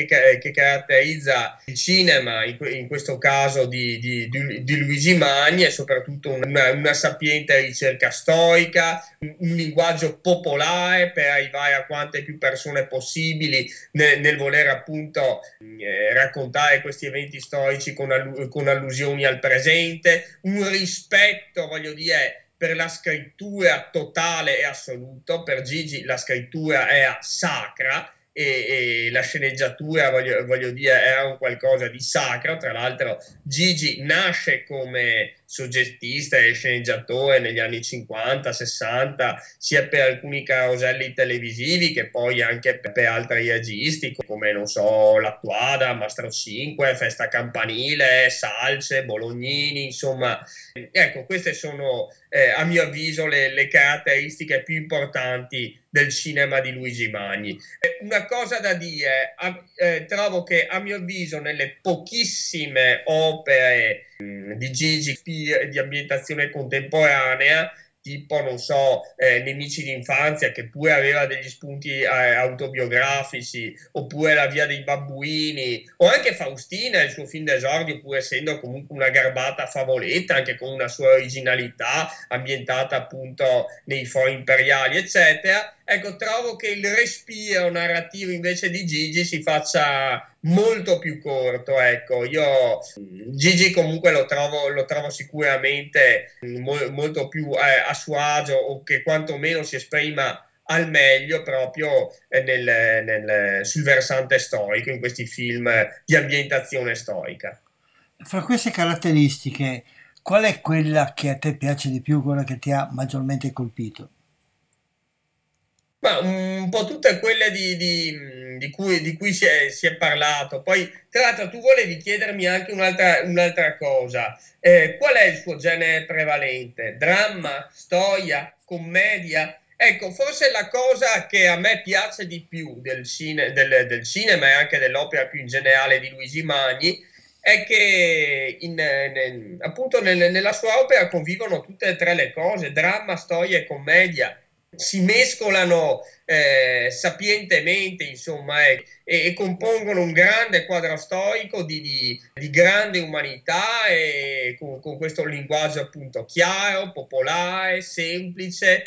caratterizza il cinema, in questo caso di Luigi Magni, è soprattutto una sapiente ricerca storica, un linguaggio popolare per arrivare a quante più persone possibili nel voler appunto raccontare questi eventi storici con allusioni al presente, un rispetto, voglio dire, per la scrittura totale e assoluto. Per Gigi la scrittura era sacra e la sceneggiatura, voglio dire, era un qualcosa di sacro. Tra l'altro Gigi nasce come soggettista e sceneggiatore negli anni 50-60, sia per alcuni caroselli televisivi che poi anche per altri registi come, non so, Lattuada, Mastro 5, Festa Campanile, Salce, Bolognini, insomma. Ecco, queste sono a mio avviso le caratteristiche più importanti del cinema di Luigi Magni. Una cosa da dire, trovo che a mio avviso nelle pochissime opere di Gigi di ambientazione contemporanea, tipo, non so, Nemici d'infanzia, che pure aveva degli spunti autobiografici, oppure La via dei babbuini, o anche Faustina, il suo film d'esordio, pur essendo comunque una garbata favoletta, anche con una sua originalità, ambientata appunto nei fori imperiali, eccetera. Ecco, trovo che il respiro narrativo invece di Gigi si faccia molto più corto, ecco. Io Gigi comunque lo trovo sicuramente molto più a suo agio, o che quantomeno si esprima al meglio proprio sul versante storico, in questi film di ambientazione storica. Fra queste caratteristiche, qual è quella che a te piace di più, quella che ti ha maggiormente colpito? Ma un po' tutte quelle di cui si è parlato. Poi, tra l'altro, tu volevi chiedermi anche un'altra cosa. Qual è il suo genere prevalente? Dramma, storia, commedia? Ecco, forse la cosa che a me piace di più del cinema e anche dell'opera più in generale di Luigi Magni è che appunto nella sua opera convivono tutte e tre le cose, dramma, storia e commedia. Si mescolano sapientemente, insomma, e compongono un grande quadro storico di grande umanità, e con questo linguaggio appunto chiaro, popolare, semplice.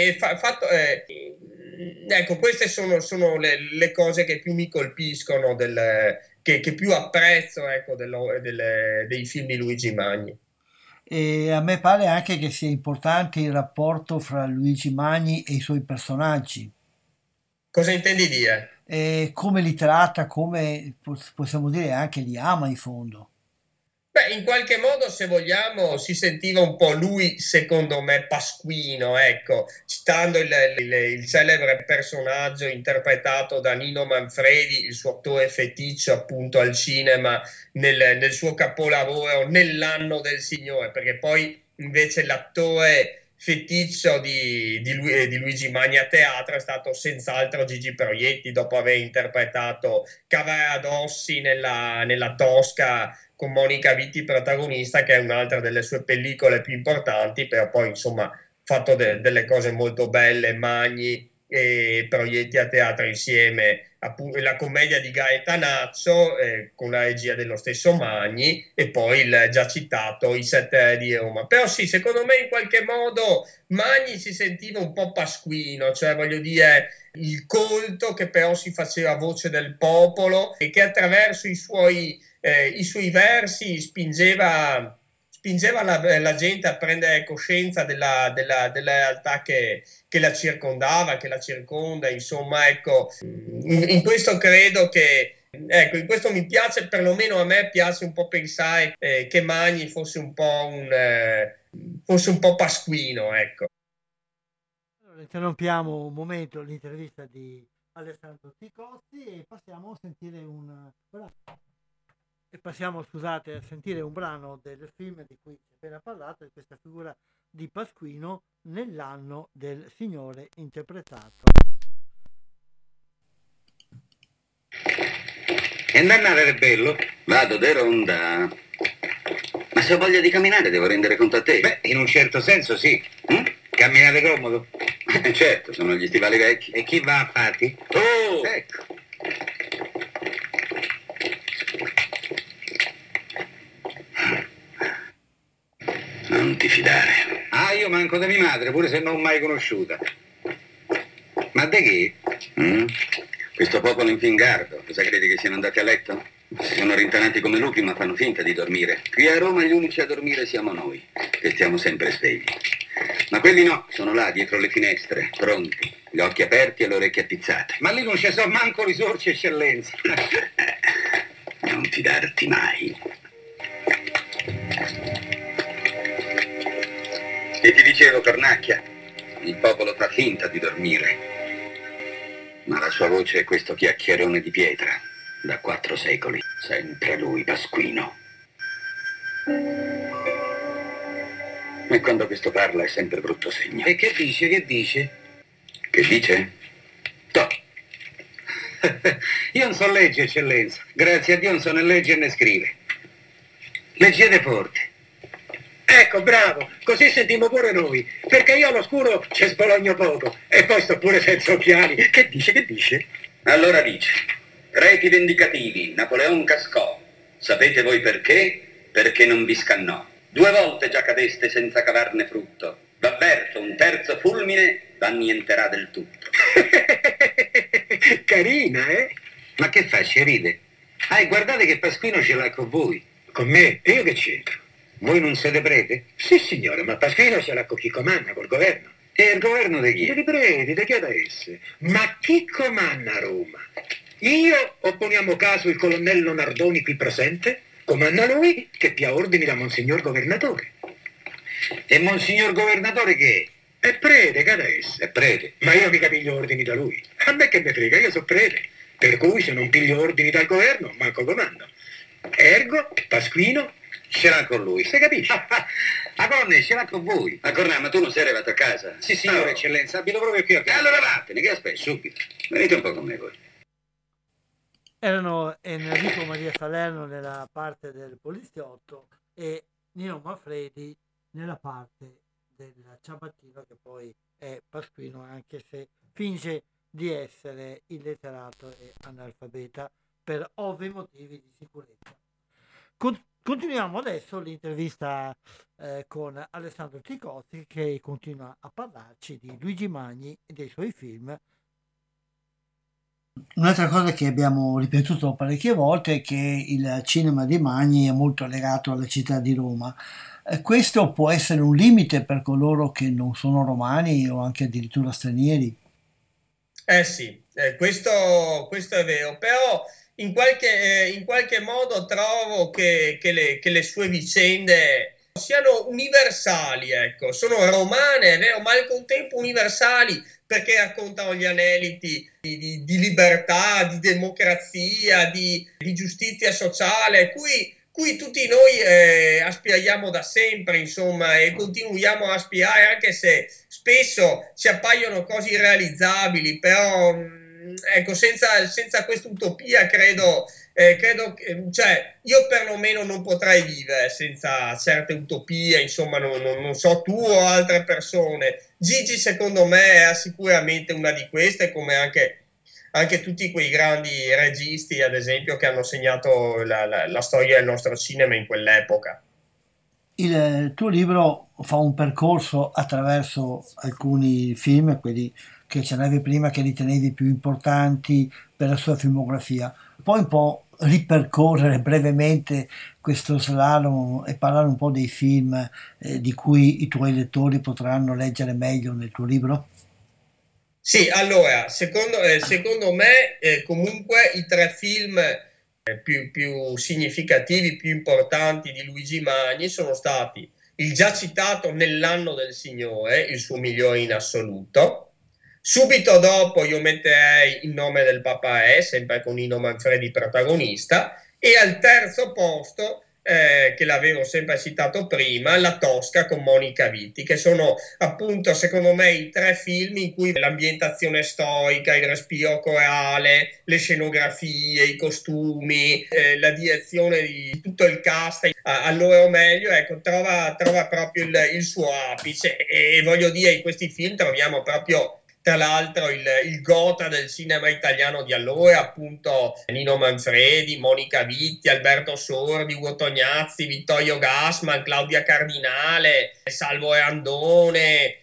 Ecco, queste sono le cose che più mi colpiscono, che più apprezzo, ecco, dei film di Luigi Magni. E a me pare anche che sia importante il rapporto fra Luigi Magni e i suoi personaggi. Cosa intendi dire? E come li tratta, come possiamo dire anche li ama in fondo. Beh, in qualche modo, se vogliamo, si sentiva un po' lui, secondo me, Pasquino, ecco, citando il celebre personaggio interpretato da Nino Manfredi, il suo attore feticcio appunto al cinema, nel suo capolavoro Nell'anno del Signore, perché poi invece l'attore feticcio di Luigi Magni a teatro è stato senz'altro Gigi Proietti, dopo aver interpretato Cavaradossi nella Tosca con Monica Vitti protagonista, che è un'altra delle sue pellicole più importanti, però poi insomma fatto delle cose molto belle, Magni e Proietti a teatro insieme, appunto la commedia di Gaetanaccio con la regia dello stesso Magni, e poi il già citato I Sette Re di Roma. Però sì, secondo me in qualche modo Magni si sentiva un po' Pasquino, cioè voglio dire il colto che però si faceva voce del popolo e che attraverso i suoi versi spingeva la gente a prendere coscienza della realtà che la circondava, che la circonda, insomma, ecco, in questo credo che, ecco, in questo mi piace, perlomeno a me piace un po' pensare che Magni fosse un po' Pasquino, ecco. Allora, interrompiamo un momento l'intervista di Alessandro Ticozzi e passiamo a sentire a sentire un brano del film di cui si è appena parlato, di questa figura di Pasquino, Nell'anno del Signore, interpretato. E andare è bello? Vado de ronda. Ma se ho voglia di camminare devo rendere conto a te. Beh, in un certo senso sì. Camminate comodo? Certo, sono gli stivali vecchi. E chi va a farti? Oh! Ecco. Non ti fidare. Ah, io manco di mia madre, pure se non mai conosciuta. Ma di che? Questo popolo in fingardo, cosa credi che siano andati a letto? Si sono rintanati come lupi, ma fanno finta di dormire. Qui a Roma gli unici a dormire siamo noi, che stiamo sempre svegli. Ma quelli no, sono là dietro le finestre, pronti, gli occhi aperti e le orecchie appizzate. Ma lì non ci sono manco risorse, eccellenza. Non fidarti mai. E ti dicevo, cornacchia, il popolo fa finta di dormire. Ma la sua voce è questo chiacchierone di pietra, da 4 secoli. Sempre lui, Pasquino. E quando questo parla è sempre brutto segno. E che dice, che dice? Che dice? Toh. Io non so leggere, eccellenza. Grazie a Dio non so né leggere né scrivere. Leggete forte. Ecco, bravo, così sentiamo pure noi, perché io all'oscuro ci sbologno poco, e poi sto pure senza occhiali. Che dice, che dice? Allora dice, reti vendicativi, Napoleon cascò. Sapete voi perché? Perché non vi scannò. 2 volte già cadeste senza cavarne frutto. V'avverto, un terzo fulmine v'annienterà del tutto. Carina, eh? Ma che fa, ci ride? Guardate che Pasquino ce l'ha con voi. Con me? E io che c'entro? Voi non siete prete? Sì, signore, ma Pasquino ce l'ha con chi comanda, col governo. E il governo di chi? Di Preti, di che adesso? Ma chi comanda a Roma? Io o poniamo caso il colonnello Nardoni qui presente? Comanda lui che pia ordini da Monsignor Governatore. E Monsignor Governatore che È prete, che adesso? è? È prete. Ma io mica piglio ordini da lui. A me che me frega, io sono prete. Per cui se non piglio ordini dal governo, manco comando. Ergo, Pasquino, Ce l'ha con lui. si capisce? A Corne, ce l'ha con voi. Ma Cornà, ma tu non sei arrivato a casa? Sì, signore, eccellenza, abito proprio qui a E casa. allora vattene, che aspetti, subito. Venite un po' con me voi. Erano Enrico Maria Salerno nella parte del poliziotto e Nino Manfredi nella parte del ciabattino, che poi è Pasquino, anche se finge di essere illetterato e analfabeta per ovvi motivi di sicurezza. Continuiamo adesso l'intervista con Alessandro Ticozzi, che continua a parlarci di Luigi Magni e dei suoi film. Un'altra cosa che abbiamo ripetuto parecchie volte è che il cinema di Magni è molto legato alla città di Roma. Questo può essere un limite per coloro che non sono romani o anche addirittura stranieri. Sì, questo è vero, però in qualche modo trovo che le sue vicende siano universali, ecco, sono romane, è vero, ma al contempo universali, perché raccontano gli aneliti di libertà, di democrazia, di giustizia sociale, cui tutti noi aspiriamo da sempre, insomma, e continuiamo a aspirare, anche se spesso ci appaiono cose irrealizzabili, però ecco, senza questa utopia credo cioè, io perlomeno non potrei vivere senza certe utopie, insomma, non so tu o altre persone. Gigi secondo me è sicuramente una di queste, come anche tutti quei grandi registi, ad esempio, che hanno segnato la storia del nostro cinema in quell'epoca. Il tuo libro fa un percorso attraverso alcuni film, quelli che accennavi prima, che ritenevi più importanti per la sua filmografia. Puoi un po' ripercorrere brevemente questo slalom e parlare un po' dei film di cui i tuoi lettori potranno leggere meglio nel tuo libro? Sì, allora, secondo me comunque i tre film più significativi, più importanti di Luigi Magni sono stati il già citato Nell'anno del Signore, il suo migliore in assoluto. Subito dopo io metterei Il nome del papà è, sempre con Nino Manfredi protagonista, e al terzo posto, che l'avevo sempre citato prima, La Tosca con Monica Vitti, che sono appunto secondo me i tre film in cui l'ambientazione storica, il respiro corale, le scenografie, i costumi, la direzione di tutto il cast al loro meglio, ecco, trova proprio il suo apice, e voglio dire, in questi film troviamo proprio, tra l'altro, il gotha del cinema italiano di allora, appunto Nino Manfredi, Monica Vitti, Alberto Sordi, Ugo Tognazzi, Vittorio Gassman, Claudia Cardinale, Salvo Andone,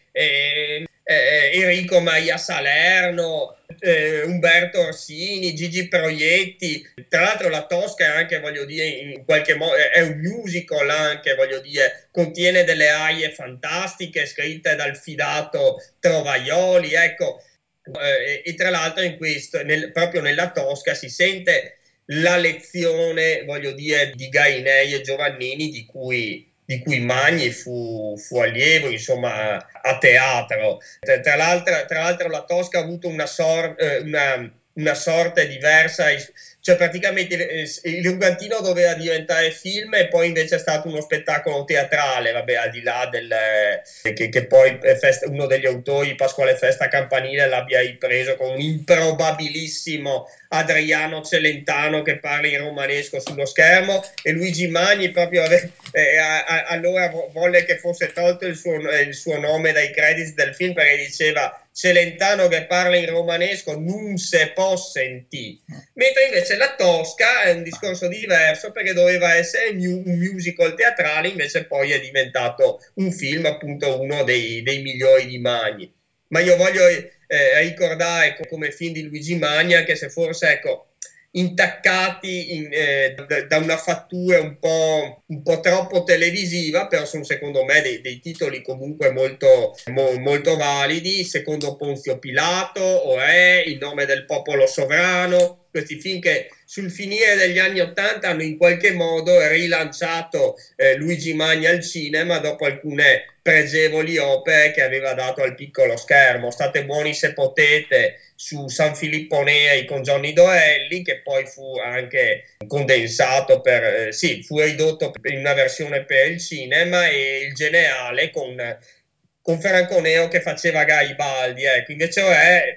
Enrico Maria Salerno, Umberto Orsini, Gigi Proietti. Tra l'altro La Tosca è anche, voglio dire, in qualche modo è un musical anche, voglio dire, contiene delle arie fantastiche scritte dal fidato Trovaioli, ecco, e tra l'altro in questo, proprio nella Tosca si sente la lezione, voglio dire, di Gainei e Giovannini di cui Magni fu allievo, insomma, a teatro. Tra l'altro La Tosca ha avuto una sorte diversa, cioè praticamente il Lugantino doveva diventare film e poi invece è stato uno spettacolo teatrale, vabbè, al di là che poi uno degli autori, Pasquale Festa Campanile, l'abbia ripreso con un improbabilissimo Adriano Celentano che parla in romanesco sullo schermo, e Luigi Magni proprio allora volle che fosse tolto il suo nome dai credits del film, perché diceva Celentano che parla in romanesco non se può sentire, mentre invece La Tosca è un discorso diverso, perché doveva essere un musical teatrale, invece poi è diventato un film, appunto uno dei migliori di Magni. Ma io voglio ricordare come film di Luigi Magni, anche se forse, ecco, intaccati da una fattura un po' troppo televisiva, però sono secondo me dei titoli comunque molto validi. Secondo Ponzio Pilato, Oè, In nome del popolo sovrano, questi film che sul finire degli anni '80 hanno in qualche modo rilanciato Luigi Magni al cinema dopo alcune pregevoli opere che aveva dato al piccolo schermo. State buoni se potete su San Filippo Neri con Johnny Dorelli, che poi fu anche condensato fu ridotto in una versione per il cinema, e Il Generale con Franco Nero che faceva Garibaldi. Ecco, invece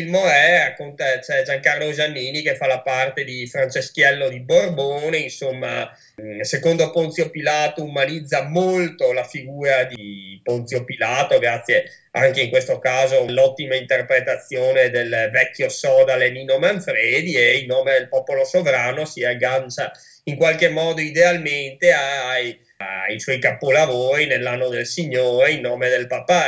c'è Giancarlo Giannini che fa la parte di Franceschiello di Borbone. Insomma, secondo Ponzio Pilato umanizza molto la figura di Ponzio Pilato, grazie anche in questo caso all'ottima interpretazione del vecchio Sodale Nino Manfredi, e In nome del popolo sovrano si aggancia in qualche modo idealmente ai suoi capolavori, Nell'anno del Signore, In nome del Papa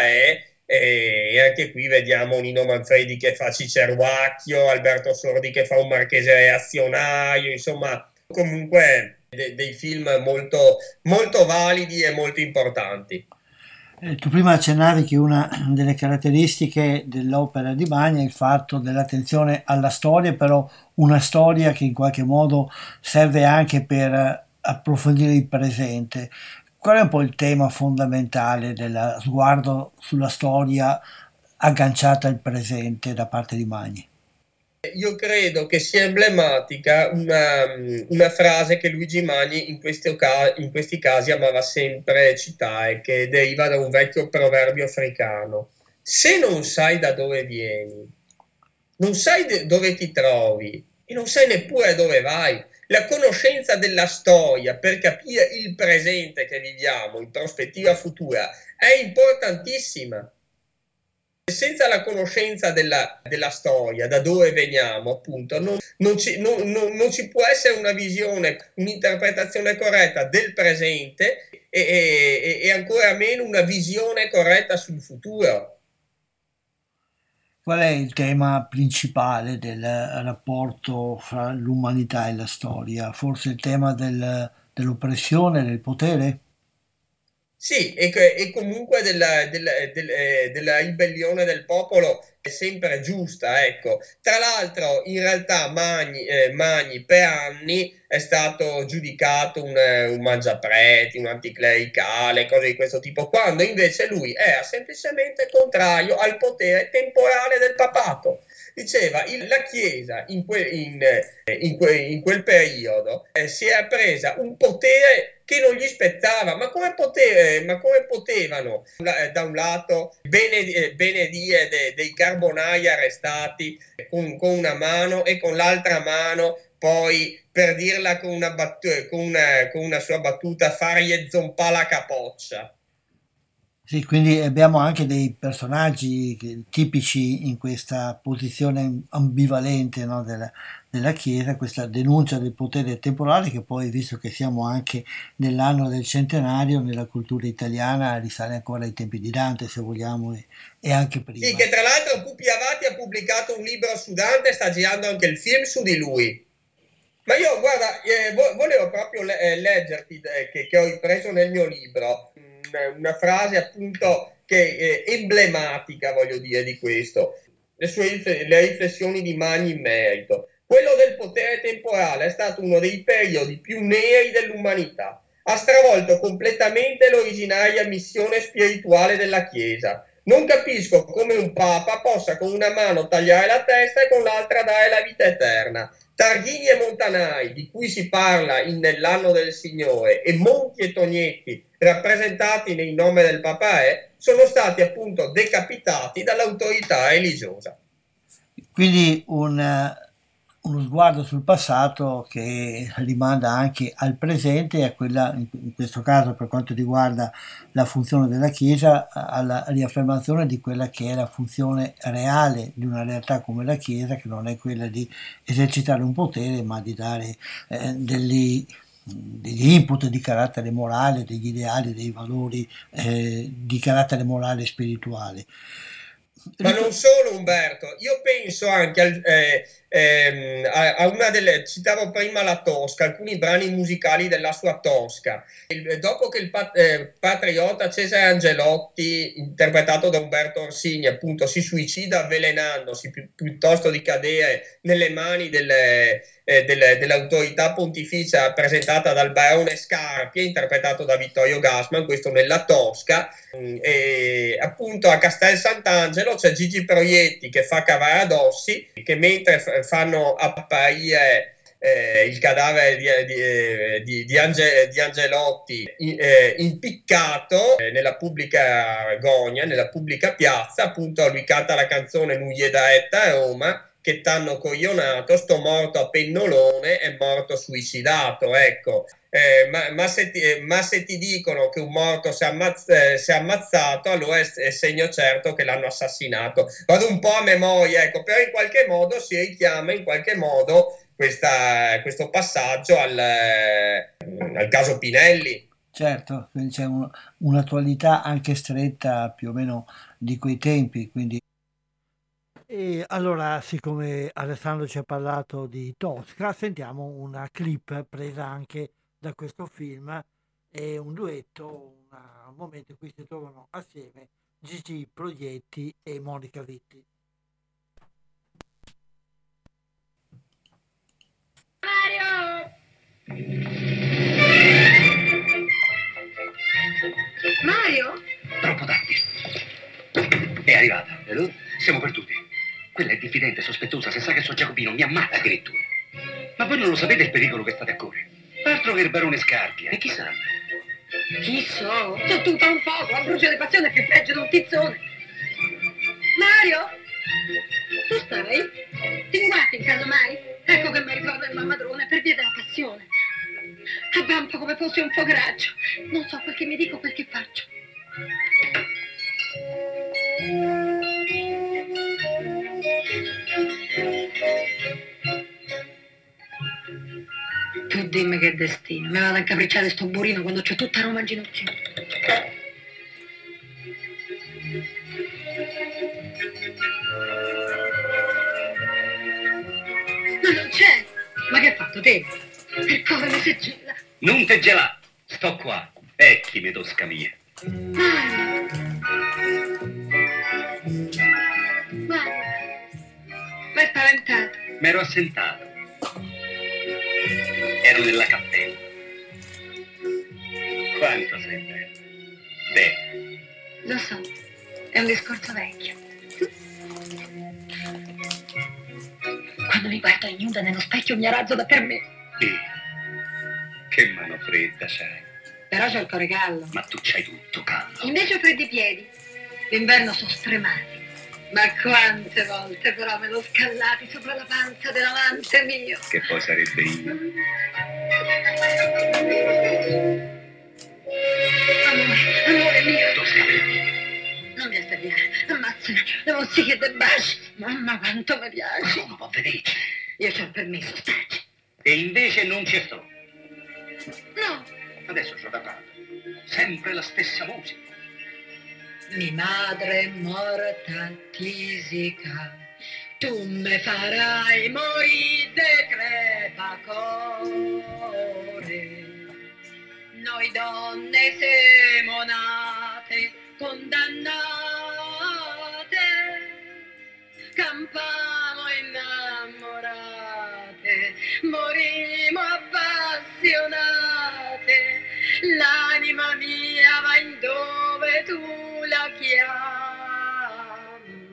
e anche qui vediamo Nino Manfredi che fa Ciceruacchio, Alberto Sordi che fa un marchese reazionario. Insomma, comunque dei film molto, molto validi e molto importanti. Tu prima accennavi che una delle caratteristiche dell'opera di Magni è il fatto dell'attenzione alla storia, però una storia che in qualche modo serve anche per approfondire il presente. Qual è un po' il tema fondamentale del sguardo sulla storia agganciata al presente da parte di Magni? Io credo che sia emblematica una frase che Luigi Magni in questi casi amava sempre citare, che deriva da un vecchio proverbio africano: se non sai da dove vieni, non sai dove ti trovi e non sai neppure dove vai. La conoscenza della storia per capire il presente che viviamo in prospettiva futura è importantissima. Senza la conoscenza della storia, da dove veniamo, appunto, non ci può essere una visione, un'interpretazione corretta del presente e ancora meno una visione corretta sul futuro. Qual è il tema principale del rapporto fra l'umanità e la storia? Forse il tema dell'oppressione, del potere? Sì, e comunque della ribellione del popolo è sempre giusta, ecco. Tra l'altro, in realtà Magni per anni è stato giudicato un mangiapreti, un anticlericale, cose di questo tipo, quando invece lui era semplicemente contrario al potere temporale del papato. Diceva, la Chiesa in quel periodo si era presa un potere che non gli spettava. Ma come potevano da un lato benedire dei carbonai arrestati con una mano e con l'altra mano poi, per dirla con una sua battuta, fargli zompà la capoccia? Sì, quindi abbiamo anche dei personaggi tipici in questa posizione ambivalente, no, della Chiesa, questa denuncia del potere temporale che poi, visto che siamo anche nell'anno del centenario, nella cultura italiana risale ancora ai tempi di Dante, se vogliamo, e anche prima. Sì, che tra l'altro Pupi Avati ha pubblicato un libro su Dante e sta girando anche il film su di lui. Ma io, guarda, volevo proprio leggerti, che ho ripreso nel mio libro, una frase appunto che è emblematica, voglio dire, di questo, le riflessioni di Magni in merito. Quello del potere temporale è stato uno dei periodi più neri dell'umanità. Ha stravolto completamente l'originaria missione spirituale della Chiesa. Non capisco come un papa possa con una mano tagliare la testa e con l'altra dare la vita eterna. Targhini e Montanari, di cui si parla nell'anno del Signore, e Monti e Tognetti, rappresentati nel nome del Papa, sono stati appunto decapitati dall'autorità religiosa. Quindi uno sguardo sul passato che rimanda anche al presente e a quella, in questo caso per quanto riguarda la funzione della Chiesa, alla riaffermazione di quella che è la funzione reale di una realtà come la Chiesa, che non è quella di esercitare un potere, ma di dare degli input di carattere morale, degli ideali, dei valori di carattere morale e spirituale. Ma non solo, Umberto, io penso anche a una delle, citavo prima la Tosca, alcuni brani musicali della sua Tosca. Dopo che il patriota Cesare Angelotti, interpretato da Umberto Orsini, appunto si suicida avvelenandosi piuttosto di cadere nelle mani dell'autorità pontificia presentata dal barone Scarpia, interpretato da Vittorio Gassman, questo nella Tosca. E appunto a Castel Sant'Angelo c'è Gigi Proietti che fa Cavaradossi, che mentre fanno apparire il cadavere di Angelotti impiccato nella pubblica agonia, nella pubblica piazza, appunto lui canta la canzone Nugliedetta a Roma, che t'hanno coglionato, sto morto a pennolone, è morto suicidato, ecco. Ma se ti dicono che un morto si è ammazzato, allora è segno certo che l'hanno assassinato. Vado un po' a memoria, ecco, però in qualche modo si richiama questo passaggio al caso Pinelli. Certo, quindi c'è un'attualità anche stretta più o meno di quei tempi, quindi. E allora, siccome Alessandro ci ha parlato di Tosca, sentiamo una clip presa anche da questo film, è un duetto, un momento in cui si trovano assieme Gigi Proietti e Monica Vitti. Mario? Troppo tardi. È arrivata. E tu? Siamo perduti. Quella è diffidente, sospettosa, se sa che sono Giacopino, mi ammazza addirittura. Ma voi non lo sapete il pericolo che state a correre? Altro che il barone Scarpia. E chi sa? Chi so? Sono tutta un poco, a brucio di passione più peggio di un tizzone. Mario? Tu stai? Ti guardi in caso mai? Ecco che mi ricorda il mammadrone per via della passione. Avvampo come fosse un fograggio. Non so quel che mi dico, quel che faccio. Tu dimmi che destino. Mi vado a incapricciare sto burino quando c'è tutta Roma in ginocchio. Ma non c'è! Ma che hai fatto te? Per come mi si gela? Non te gelà, sto qua. Ecchimi Tosca mia. Guarda, mi hai spaventato. M'ero assentato. Ero nella cappella. Quanto sei bello. Beh. Lo so, è un discorso vecchio. Quando mi guardo ignuda nello specchio mi arazzo da per me. Che mano fredda c'hai. Però c'ho il cuore caldo. Ma tu c'hai tutto caldo. Invece ho freddi piedi. D'inverno sono stremati. Ma quante volte però me l'ho scallati sopra la panza dell'amante mio. Che poi sarebbe io. Amore mio. Tosca. Non mi aspettare, ammazzami, devo sì che te baci. Mamma quanto mi piaci. Come può vederci? Io c'ho il permesso, starci. E invece non ci sto. No. Adesso c'ho da tanto. Sempre la stessa musica. Mi madre morta tisica, tu me farai morire de crepacore. Noi donne siamo nate condannate, campamo innamorate, morimo appassionate, l'anima mia va in dove tu la chiami.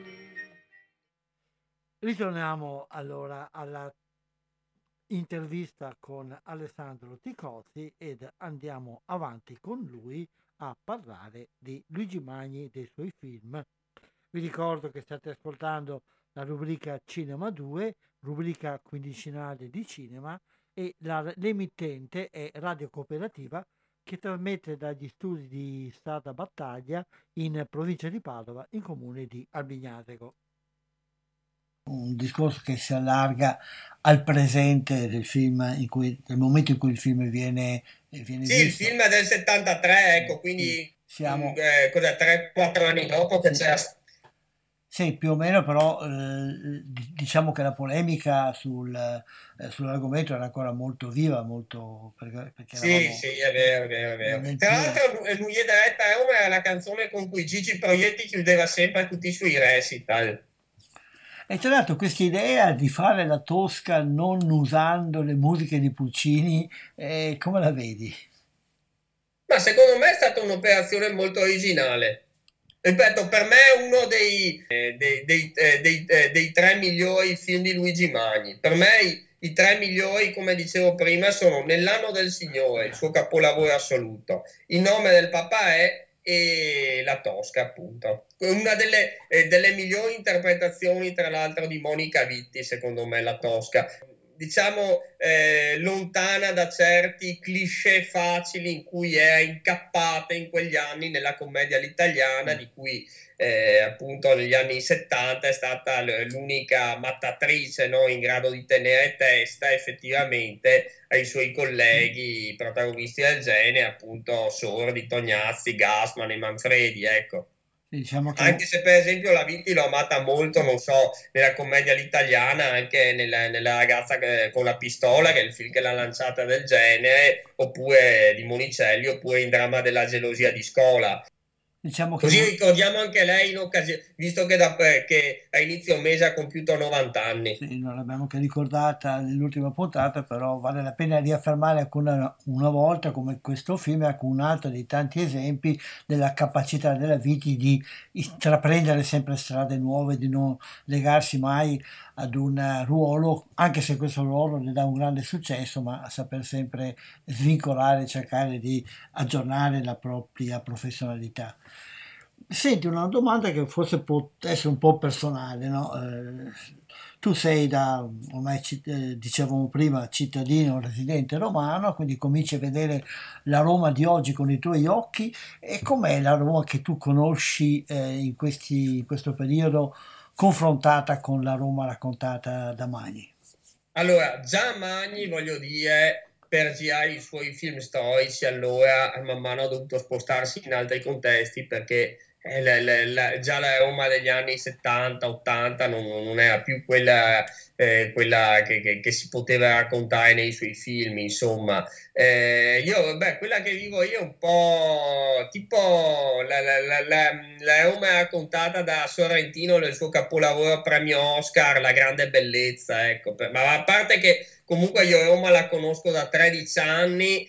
Ritorniamo allora alla intervista con Alessandro Ticozzi ed andiamo avanti con lui a parlare di Luigi Magni e dei suoi film. Vi ricordo che state ascoltando la rubrica Cinema 2, rubrica quindicinale di cinema, e l'emittente è Radio Cooperativa, che trasmette dagli studi di Strada Battaglia in provincia di Padova, in comune di Albignasego. Un discorso che si allarga al presente del film, nel momento in cui il film viene visto. Il film è del 73, ecco, quindi siamo 3-4 anni dopo che c'era. Sì, più o meno, però diciamo che la polemica sull'argomento era ancora molto viva, molto, perché Sì, eravamo sì, è vero, è vero, è vero. nel Tra pieno. l'altro, Lui è diretta a Roma era la canzone con cui Gigi Proietti chiudeva sempre tutti i suoi recital. E tra l'altro questa idea di fare la Tosca non usando le musiche di Puccini, come la vedi? Ma secondo me è stata un'operazione molto originale. Ripeto, per me è uno dei tre migliori film di Luigi Magni. Per me i tre migliori, come dicevo prima, sono Nell'anno del Signore, il suo capolavoro assoluto, Il nome del papà è e La Tosca, appunto. Una delle migliori interpretazioni, tra l'altro, di Monica Vitti, secondo me, La Tosca. Diciamo lontana da certi cliché facili in cui era incappata in quegli anni nella commedia all'italiana, di cui appunto negli anni 70 è stata l'unica mattatrice, no, in grado di tenere testa effettivamente ai suoi colleghi protagonisti del genere, appunto Sordi, Tognazzi, Gassman e Manfredi, ecco. Diciamo che Anche se per esempio la Vitti l'ho amata molto, non so, nella commedia all'italiana, anche nella ragazza con la pistola, che è il film che l'ha lanciata del genere, oppure di Monicelli, oppure in Dramma della gelosia di Scola. diciamo che Così ricordiamo anche lei in occasione, visto che a inizio mese ha compiuto 90 anni. sì, non l'abbiamo che ricordata nell'ultima puntata, però vale la pena riaffermare ancora una volta come questo film è un altro dei tanti esempi della capacità della Vitti di intraprendere sempre strade nuove, di non legarsi mai ad un ruolo, anche se questo ruolo le dà un grande successo, ma a saper sempre svincolare, cercare di aggiornare la propria professionalità. Senti, una domanda che forse può essere un po' personale, no? Tu sei ormai dicevamo prima, cittadino residente romano, quindi cominci a vedere la Roma di oggi con i tuoi occhi. E com'è la Roma che tu conosci in questo periodo confrontata con la Roma raccontata da Magni? Allora, già Magni, voglio dire, per girare i suoi film storici, allora man mano ha dovuto spostarsi in altri contesti perché già la Roma degli anni 70-80 non era più quella che si poteva raccontare nei suoi film, insomma. Quella che vivo io è un po' tipo la Roma raccontata da Sorrentino nel suo capolavoro premio Oscar, La grande bellezza, ecco. Ma a parte che comunque io Roma la conosco da 13 anni,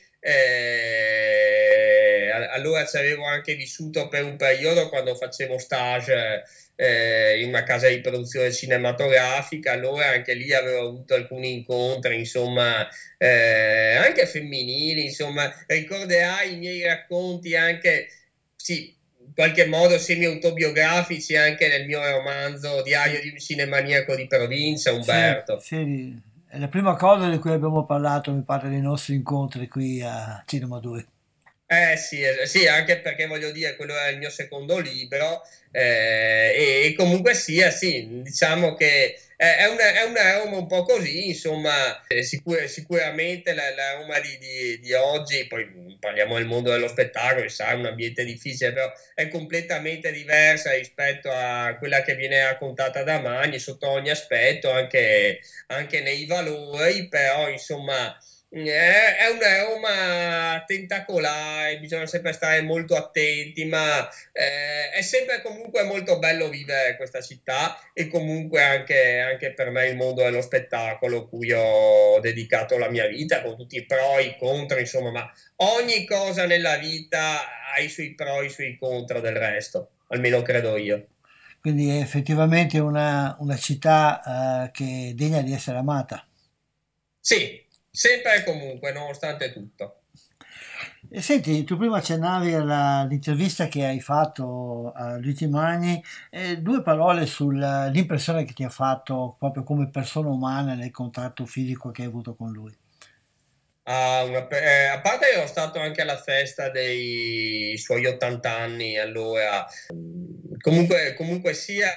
allora ci avevo anche vissuto per un periodo quando facevo stage in una casa di produzione cinematografica, allora anche lì avevo avuto alcuni incontri, insomma, anche femminili, insomma, ricorderai i miei racconti anche, sì, in qualche modo semi-autobiografici anche nel mio romanzo Diario di un cinemaniaco di provincia, Umberto. Sì, è la prima cosa di cui abbiamo parlato, mi pare, dei nostri incontri qui a Cinema 2. Sì, anche perché voglio dire, quello è il mio secondo libro e comunque sia, sì, diciamo che è una Roma un po' così, insomma, sicuramente la Roma di oggi, poi parliamo del mondo dello spettacolo, sarà un ambiente difficile, però è completamente diversa rispetto a quella che viene raccontata da Magni sotto ogni aspetto, anche nei valori, però insomma è una Roma tentacolare, bisogna sempre stare molto attenti, ma è sempre comunque molto bello vivere questa città e comunque anche per me il mondo dello spettacolo, cui ho dedicato la mia vita con tutti i pro e i contro, insomma, ma ogni cosa nella vita ha i suoi pro e i suoi contro del resto, almeno credo io. Quindi è effettivamente una città che è degna di essere amata. Sì. Sempre e comunque, nonostante tutto. E senti, tu prima accennavi all'intervista che hai fatto a Luigi Magni, due parole sull'impressione che ti ha fatto proprio come persona umana nel contatto fisico che hai avuto con lui. A parte che ero stato anche alla festa dei suoi 80 anni, allora comunque sia...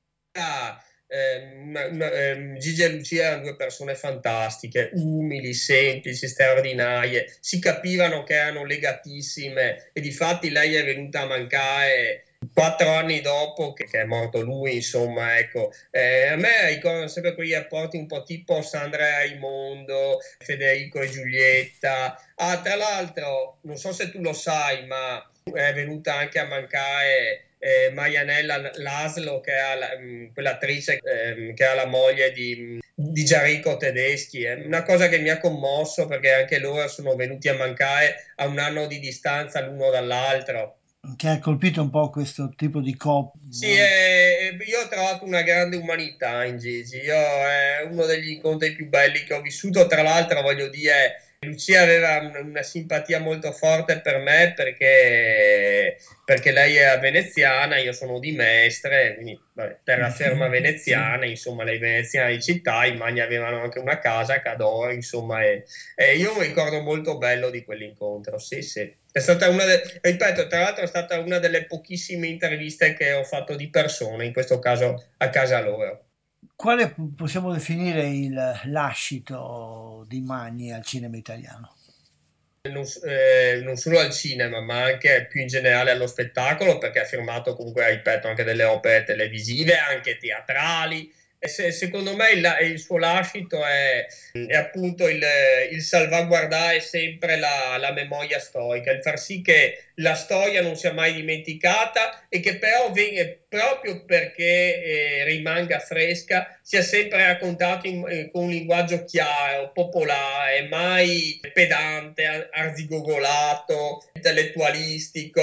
Gigi e Lucia erano due persone fantastiche, umili, semplici, straordinarie, si capivano che erano legatissime e difatti lei è venuta a mancare 4 anni dopo che è morto lui, insomma, ecco. A me ricordano sempre quegli rapporti un po' tipo Sandra e Raimondo, Federico e Giulietta. Tra l'altro, non so se tu lo sai, ma è venuta anche a mancare Marianella Laszlo, che è quell'attrice che era la moglie di Gianrico Tedeschi. È una cosa che mi ha commosso, perché anche loro sono venuti a mancare a 1 anno di distanza l'uno dall'altro. Che ha colpito un po' questo tipo di coppia. Sì, io ho trovato una grande umanità in Gigi. È uno degli incontri più belli che ho vissuto. Tra l'altro, voglio dire, Lucia aveva una simpatia molto forte per me, perché lei era veneziana, io sono di Mestre, quindi terraferma veneziana, insomma, lei veneziana di città, i Magni avevano anche una casa a Cadore, insomma, e io un ricordo molto bello di quell'incontro, sì. È stata ripeto, tra l'altro è stata una delle pochissime interviste che ho fatto di persona, in questo caso a casa loro. Quale possiamo definire il lascito di Magni al cinema italiano? Non solo al cinema, ma anche più in generale allo spettacolo, perché ha firmato comunque, ripeto, anche delle opere televisive, anche teatrali. E secondo me il suo lascito è appunto il salvaguardare sempre la memoria storica, il far sì che la storia non sia mai dimenticata e che però proprio perché rimanga fresca, sia sempre raccontato con un linguaggio chiaro, popolare, mai pedante, arzigogolato, intellettualistico.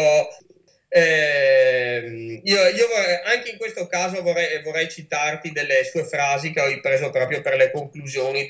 Io anche in questo caso vorrei citarti delle sue frasi che ho ripreso proprio per le conclusioni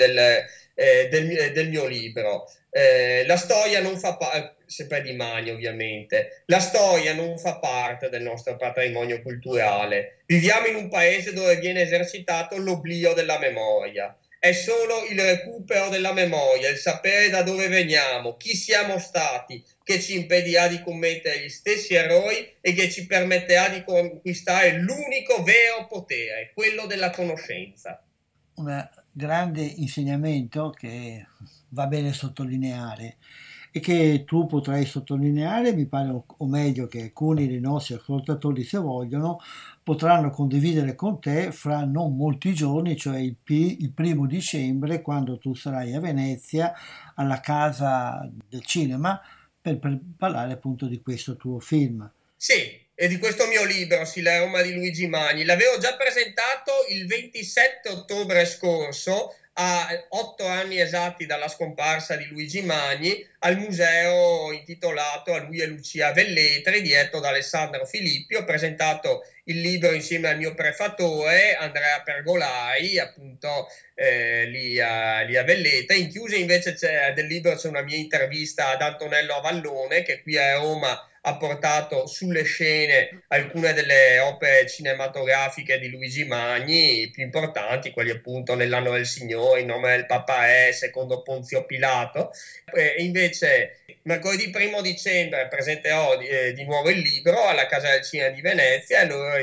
del mio libro. La storia non fa parte, sempre di Magni ovviamente, la storia non fa parte del nostro patrimonio culturale. Viviamo in un paese dove viene esercitato l'oblio della memoria. È solo il recupero della memoria, il sapere da dove veniamo, chi siamo stati, che ci impedirà di commettere gli stessi errori e che ci permetterà di conquistare l'unico vero potere, quello della conoscenza. Un grande insegnamento che va bene sottolineare e che tu potrai sottolineare, mi pare, o meglio che alcuni dei nostri ascoltatori, se vogliono, potranno condividere con te fra non molti giorni, cioè il 1 dicembre, quando tu sarai a Venezia alla Casa del Cinema per parlare appunto di questo tuo film. Sì, e di questo mio libro, sì, La Roma di Luigi Magni. L'avevo già presentato il 27 ottobre scorso, a 8 anni esatti dalla scomparsa di Luigi Magni, al museo intitolato A lui e Lucia Velletri, diretto da Alessandro Filippi. Ho presentato il libro insieme al mio prefatore Andrea Pergolai, appunto lì a Velletri. In chiusa invece del libro c'è una mia intervista ad Antonello Avallone, che qui a Roma ha portato sulle scene alcune delle opere cinematografiche di Luigi Magni più importanti, quelli appunto Nell'anno del Signore, In nome del Papa secondo Ponzio Pilato. E invece mercoledì 1 dicembre presenterò di nuovo il libro alla Casa del Cinema di Venezia, e allora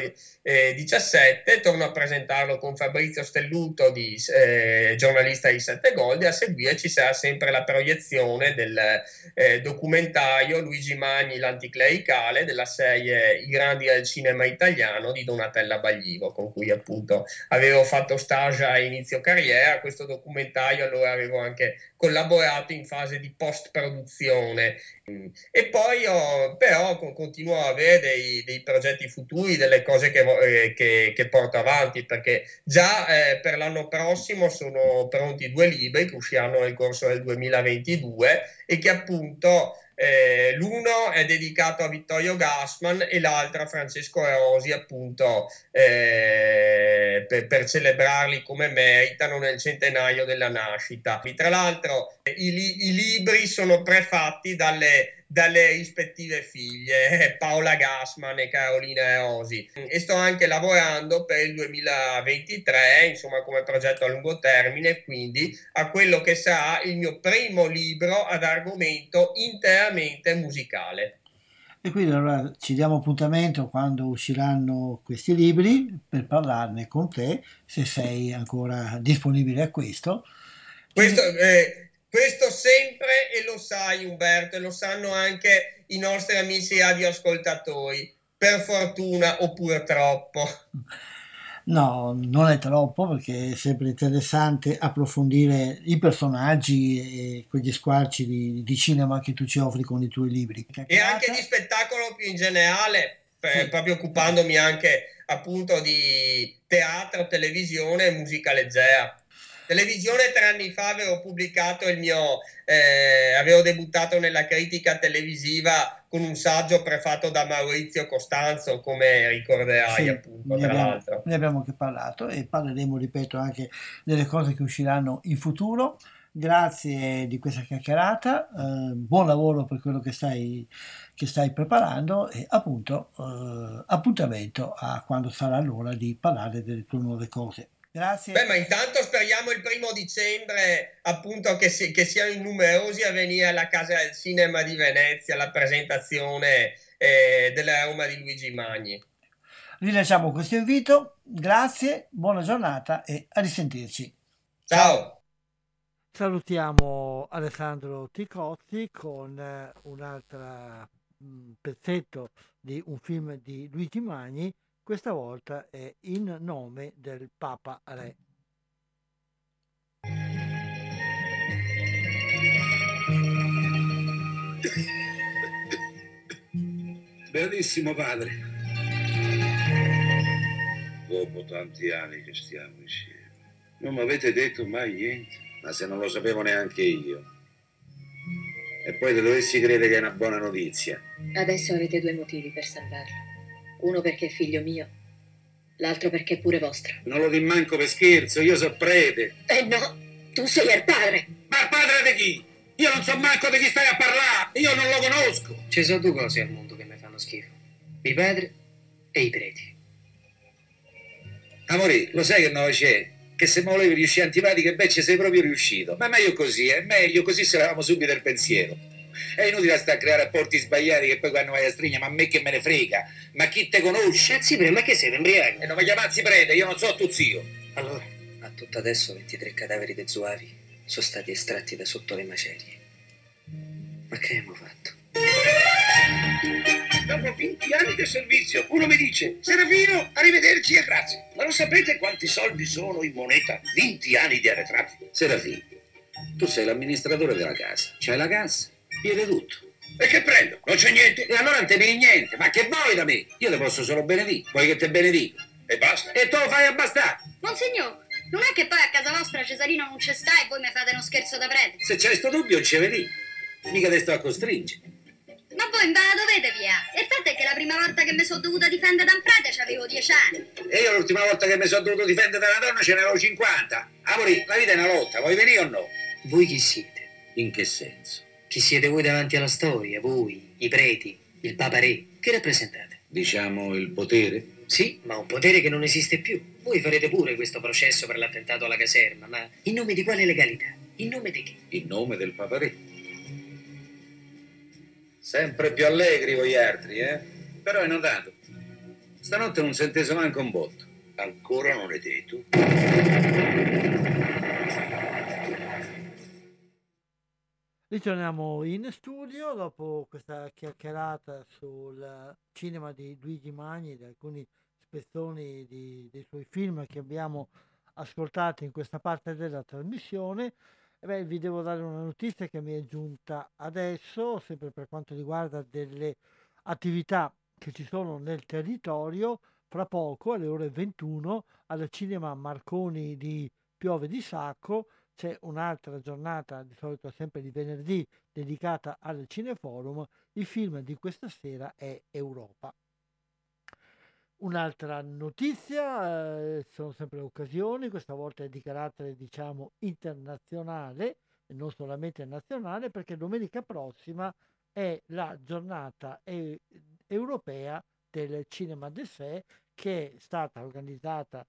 17 torno a presentarlo con Fabrizio Stelluto, giornalista di Sette Gold, e a seguire ci sarà sempre la proiezione del documentario Luigi Magni l'anticlericale della serie I grandi del cinema italiano di Donatella Baglivo, con cui appunto avevo fatto stage a inizio carriera. Questo documentario allora avevo anche collaborato in fase di post-produzione, e poi però continuo a avere dei progetti futuri, delle cose che porto avanti, perché già per l'anno prossimo sono pronti 2 libri che usciranno nel corso del 2022 e che appunto l'uno è dedicato a Vittorio Gassman e l'altro a Francesco Rosi, appunto per celebrarli come meritano nel centenario della nascita. Tra l'altro i libri sono prefatti dalle rispettive figlie, Paola Gassman e Carolina Rosi, e sto anche lavorando per il 2023, insomma, come progetto a lungo termine, quindi a quello che sarà il mio primo libro ad argomento interamente musicale. E quindi allora ci diamo appuntamento quando usciranno questi libri per parlarne con te, se sei ancora disponibile a questo. Questo sempre, e lo sai Umberto, e lo sanno anche i nostri amici radioascoltatori. per fortuna o purtroppo? No, non è troppo, perché è sempre interessante approfondire i personaggi e quegli squarci di cinema che tu ci offri con i tuoi libri. E anche di spettacolo più in generale, proprio occupandomi anche appunto di teatro, televisione e musica leggera. Televisione 3 anni fa avevo pubblicato avevo debuttato nella critica televisiva con un saggio prefatto da Maurizio Costanzo, come ricorderai, Sì, appunto, tra l'altro. ne abbiamo anche parlato e parleremo, ripeto, anche delle cose che usciranno in futuro. Grazie di questa chiacchierata, buon lavoro per quello che stai preparando e appunto appuntamento a quando sarà l'ora di parlare delle tue nuove cose. Grazie. Beh, ma intanto speriamo il 1° dicembre appunto che siano in numerosi a venire alla Casa del Cinema di Venezia alla presentazione della Roma di Luigi Magni. Rilasciamo questo invito, grazie, buona giornata e a risentirci. Ciao. Salutiamo Alessandro Ticozzi con un altro pezzetto di un film di Luigi Magni. Questa volta è In nome del Papa Re. Benissimo padre. Dopo tanti anni che stiamo insieme, non mi avete detto mai niente. Ma se non lo sapevo neanche io. E poi te dovessi credere che è una buona notizia. Adesso avete 2 motivi per salvarlo. Uno perché è figlio mio, l'altro perché è pure vostro. Non lo di manco per scherzo, io so prete. No, tu sei il padre. Ma il padre di chi? Io non so manco di chi stai a parlare, io non lo conosco. Ci sono 2 cose al mondo che mi fanno schifo: i padri e i preti. Amore, lo sai che no c'è? Che se mi volevi riuscire antipatico e ci sei proprio riuscito. Ma è meglio così, è meglio così, se levamo subito il pensiero. È inutile stare a creare rapporti sbagliati che poi quando vai a stringere, ma a me che me ne frega. Ma chi te conosce? Zipre, ma che siete, embriachi? E non mi chiamazzi prete, io non so tu zio. Allora, a tutto adesso 23 cadaveri dei zuavi sono stati estratti da sotto le macerie. Ma che abbiamo fatto? Dopo 20 anni di servizio, uno mi dice: Serafino, arrivederci e grazie. Ma lo sapete quanti soldi sono in moneta? 20 anni di arretrati. Serafino, tu sei l'amministratore della casa, c'hai la cassa, chiede tutto. E che prendo? Non c'è niente? E allora non te vieni niente, ma che vuoi da me? Io te posso solo benedire, vuoi che te benedico? E basta. E tu lo fai abbastanza. Monsignor, non è che poi a casa vostra Cesarino non ci sta e voi mi fate uno scherzo da prete? Se c'hai sto dubbio non ci vedi, mica te sto a costringere. Ma voi me la dovete via. Il fatto è che la prima volta che mi sono dovuta difendere da un prete c'avevo 10 anni. E io l'ultima volta che mi sono dovuto difendere da una donna ce ne avevo 50. Amore, la vita è una lotta, vuoi venire o no? Voi chi siete? In che senso? Chi siete voi davanti alla storia? Voi, i preti, il Papa Re? Che rappresentate? Diciamo il potere? Sì, ma un potere che non esiste più. Voi farete pure questo processo per l'attentato alla caserma, ma in nome di quale legalità? In nome di chi? In nome del Papa Re. Sempre più allegri voi altri, Però hai notato, stanotte non si è inteso manco un botto. Ancora non è detto. Ritorniamo in studio dopo questa chiacchierata sul cinema di Luigi Magni, di alcuni spezzoni dei suoi film che abbiamo ascoltato in questa parte della trasmissione. Vi devo dare una notizia che mi è giunta adesso, sempre per quanto riguarda delle attività che ci sono nel territorio. Fra poco, alle ore 21, al Cinema Marconi di Piove di Sacco, c'è un'altra giornata, di solito sempre di venerdì, dedicata al Cineforum. Il film di questa sera è Europa. Un'altra notizia, sono sempre occasioni, questa volta è di carattere diciamo internazionale e non solamente nazionale, perché domenica prossima è la giornata europea del cinema d'essai, che è stata organizzata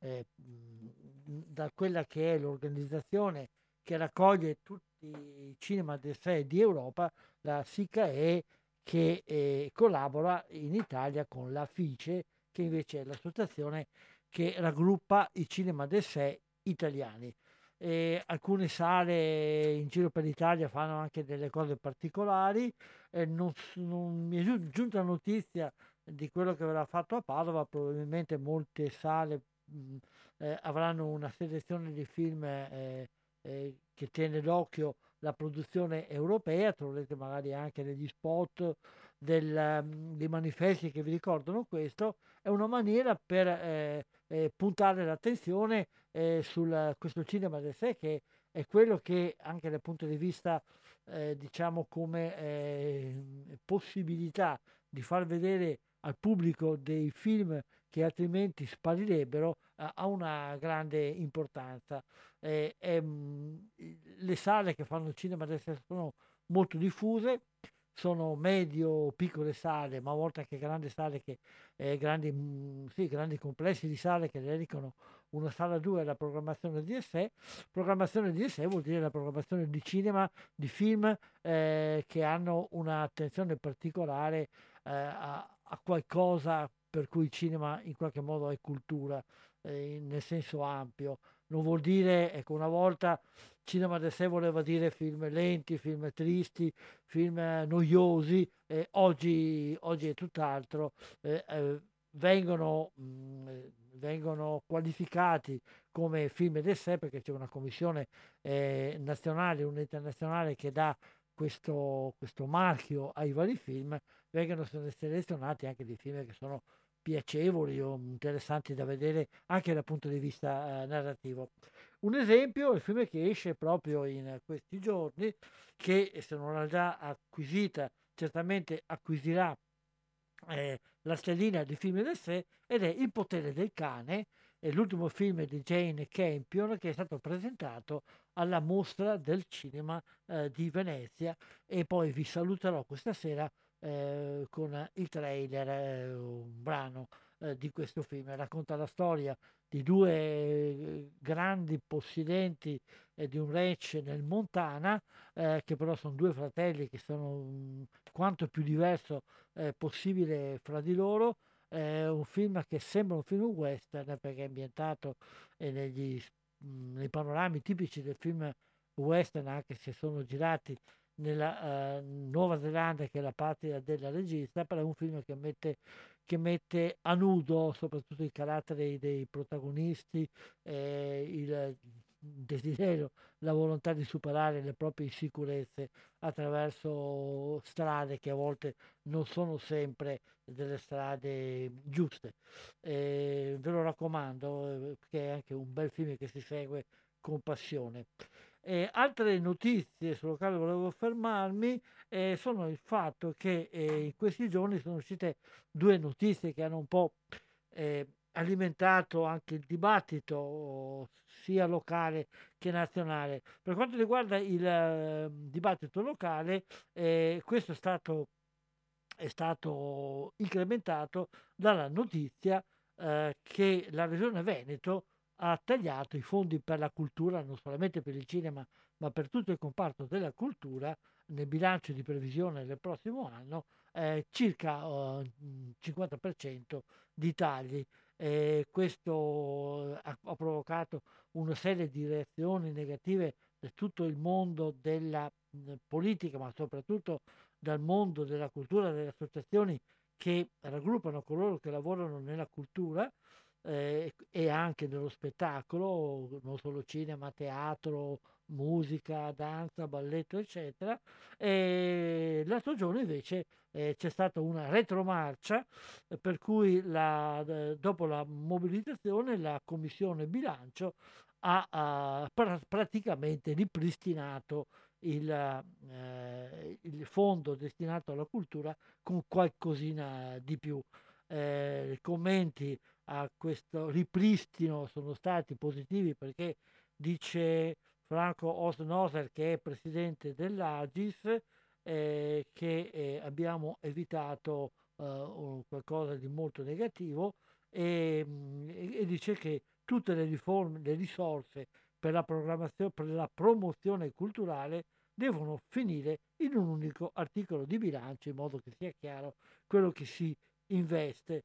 da quella che è l'organizzazione che raccoglie tutti i cinema d'essai di Europa, la SICAE, che collabora in Italia con la FICE, che invece è l'associazione che raggruppa i cinema d'essai italiani. Alcune sale in giro per l'Italia fanno anche delle cose particolari. Non mi è giunta la notizia di quello che verrà fatto a Padova. Probabilmente molte sale avranno una selezione di film che tiene d'occhio la produzione europea. Troverete magari anche degli spot, dei manifesti che vi ricordano questo. È una maniera per puntare l'attenzione su questo cinema del sé, che è quello che anche dal punto di vista diciamo come possibilità di far vedere al pubblico dei film che altrimenti sparirebbero ha una grande importanza. Le sale che fanno cinema adesso sono molto diffuse, sono medio piccole sale, ma a volte anche grandi sale grandi complessi di sale che dedicano una sala 2 alla programmazione di sé. Programmazione di sé vuol dire la programmazione di cinema, di film che hanno un'attenzione particolare a qualcosa per cui il cinema in qualche modo è cultura, nel senso ampio. Non vuol dire, ecco, una volta cinema del sé voleva dire film lenti, film tristi, film noiosi, oggi è tutt'altro. Vengono qualificati come film del sé perché c'è una commissione nazionale, una internazionale che dà questo marchio ai vari film. Vengono selezionati anche dei film che sono piacevoli o interessanti da vedere anche dal punto di vista narrativo. Un esempio è il film che esce proprio in questi giorni, che se non l'ha già acquisita certamente acquisirà la stellina di film del sé, ed è Il potere del cane, è l'ultimo film di Jane Campion che è stato presentato alla Mostra del Cinema di Venezia, e poi vi saluterò questa sera con il trailer, un brano di questo film. Racconta la storia di due grandi possidenti di un ranch nel Montana, che però sono due fratelli che sono quanto più diverso possibile fra di loro. È un film che sembra un film western perché è ambientato nei panorami tipici del film western, anche se sono girati nella Nuova Zelanda, che è la patria della regista. Però è un film che mette a nudo soprattutto i caratteri dei protagonisti, il desiderio, la volontà di superare le proprie insicurezze attraverso strade che a volte non sono sempre delle strade giuste. Ve lo raccomando, perché è anche un bel film che si segue con passione. Altre notizie sulle quali volevo fermarmi sono il fatto che in questi giorni sono uscite due notizie che hanno un po' alimentato anche il dibattito sia locale che nazionale. Per quanto riguarda il dibattito locale, questo è stato incrementato dalla notizia che la Regione Veneto ha tagliato i fondi per la cultura, non solamente per il cinema, ma per tutto il comparto della cultura, nel bilancio di previsione del prossimo anno, circa 50% di tagli. Questo ha provocato una serie di reazioni negative da tutto il mondo della politica, ma soprattutto dal mondo della cultura, delle associazioni che raggruppano coloro che lavorano nella cultura e anche nello spettacolo, non solo cinema, teatro, musica, danza, balletto, eccetera. E l'altro giorno invece c'è stata una retromarcia per cui dopo la mobilitazione la Commissione Bilancio ha praticamente ripristinato il fondo destinato alla cultura con qualcosina di più. I commenti a questo ripristino sono stati positivi, perché dice Franco Osnoser, che è presidente dell'Agis, che abbiamo evitato qualcosa di molto negativo, e dice che tutte le risorse per la programmazione, per la promozione culturale devono finire in un unico articolo di bilancio, in modo che sia chiaro quello che si investe.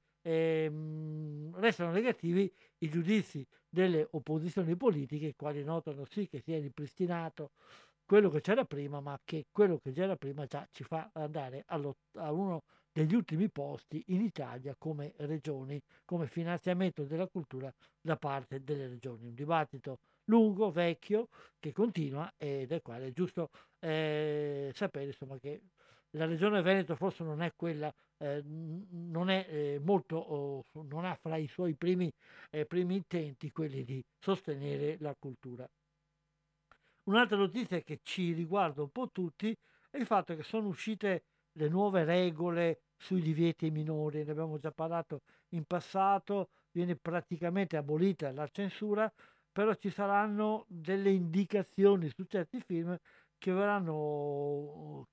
Restano negativi i giudizi delle opposizioni politiche, i quali notano sì che si è ripristinato quello che c'era prima, ma che quello che c'era prima già ci fa andare a uno degli ultimi posti in Italia come regioni, come finanziamento della cultura da parte delle regioni. Un dibattito lungo, vecchio, che continua e del quale è giusto sapere insomma, che la regione Veneto forse non è quella, non è molto, non ha fra i suoi primi intenti quelli di sostenere la cultura. Un'altra notizia che ci riguarda un po' tutti è il fatto che sono uscite le nuove regole sui divieti ai minori, ne abbiamo già parlato in passato, viene praticamente abolita la censura, però ci saranno delle indicazioni su certi film che verranno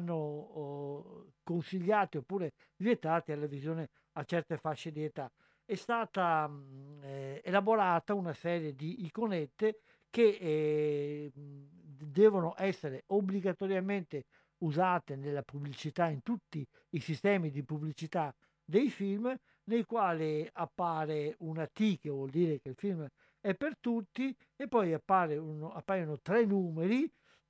consigliati oppure vietati alla visione a certe fasce di età. È stata elaborata una serie di iconette che devono essere obbligatoriamente usate nella pubblicità, in tutti i sistemi di pubblicità dei film, nei quali appare una T, che vuol dire che il film è per tutti, e poi appaiono 3 numeri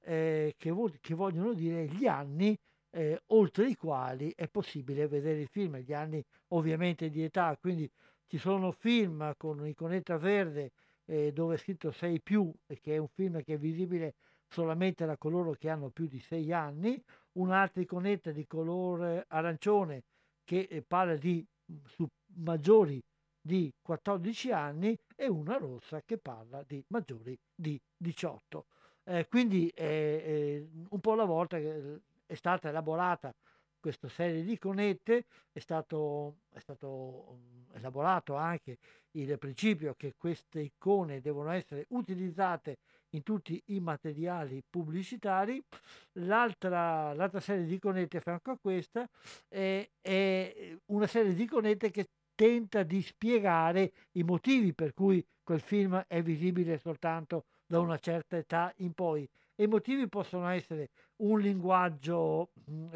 che vogliono dire gli anni oltre i quali è possibile vedere il film, gli anni ovviamente di età, quindi ci sono film con un'iconetta verde dove è scritto 6+, che è un film che è visibile solamente da coloro che hanno più di 6 anni, un'altra iconetta di colore arancione che parla di maggiori di 14 anni e una rossa che parla di maggiori di 18. Quindi un po' alla volta è stata elaborata questa serie di iconette, è stato elaborato anche il principio che queste icone devono essere utilizzate in tutti i materiali pubblicitari. L'altra serie di iconette a fianco a questa è una serie di iconette che tenta di spiegare i motivi per cui quel film è visibile soltanto da una certa età in poi. E i motivi possono essere un linguaggio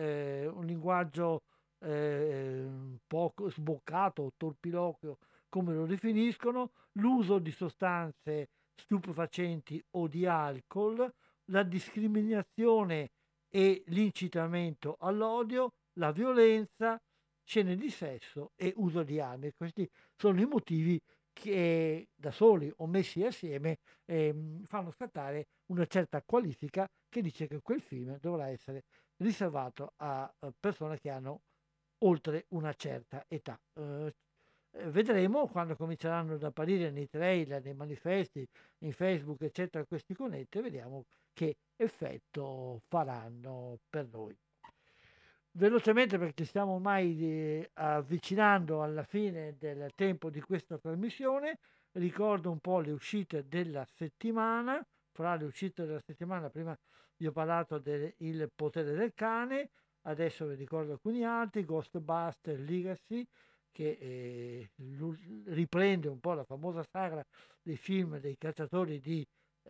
poco sboccato o torpiloquio, come lo definiscono, l'uso di sostanze stupefacenti o di alcol, la discriminazione e l'incitamento all'odio, la violenza, scene di sesso e uso di armi. Questi sono i motivi che da soli o messi assieme fanno scattare una certa qualifica che dice che quel film dovrà essere riservato a persone che hanno oltre una certa età. Vedremo quando cominceranno ad apparire nei trailer, nei manifesti, in Facebook, eccetera, questi iconette, vediamo che effetto faranno per noi. Velocemente, perché ci stiamo ormai avvicinando alla fine del tempo di questa trasmissione, ricordo un po' le uscite della settimana. Fra le uscite della settimana, prima vi ho parlato del Il potere del cane, adesso vi ricordo alcuni altri: Ghostbusters Legacy, che riprende un po' la famosa saga dei film dei cacciatori di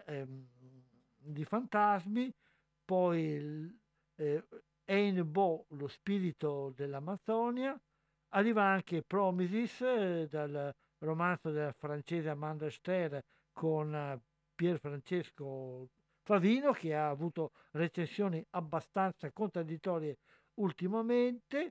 fantasmi, poi Bo, lo spirito dell'Amazzonia. Arriva anche Promises, dal romanzo della francese Amanda Ster con Pier Francesco Favino, che ha avuto recensioni abbastanza contraddittorie ultimamente.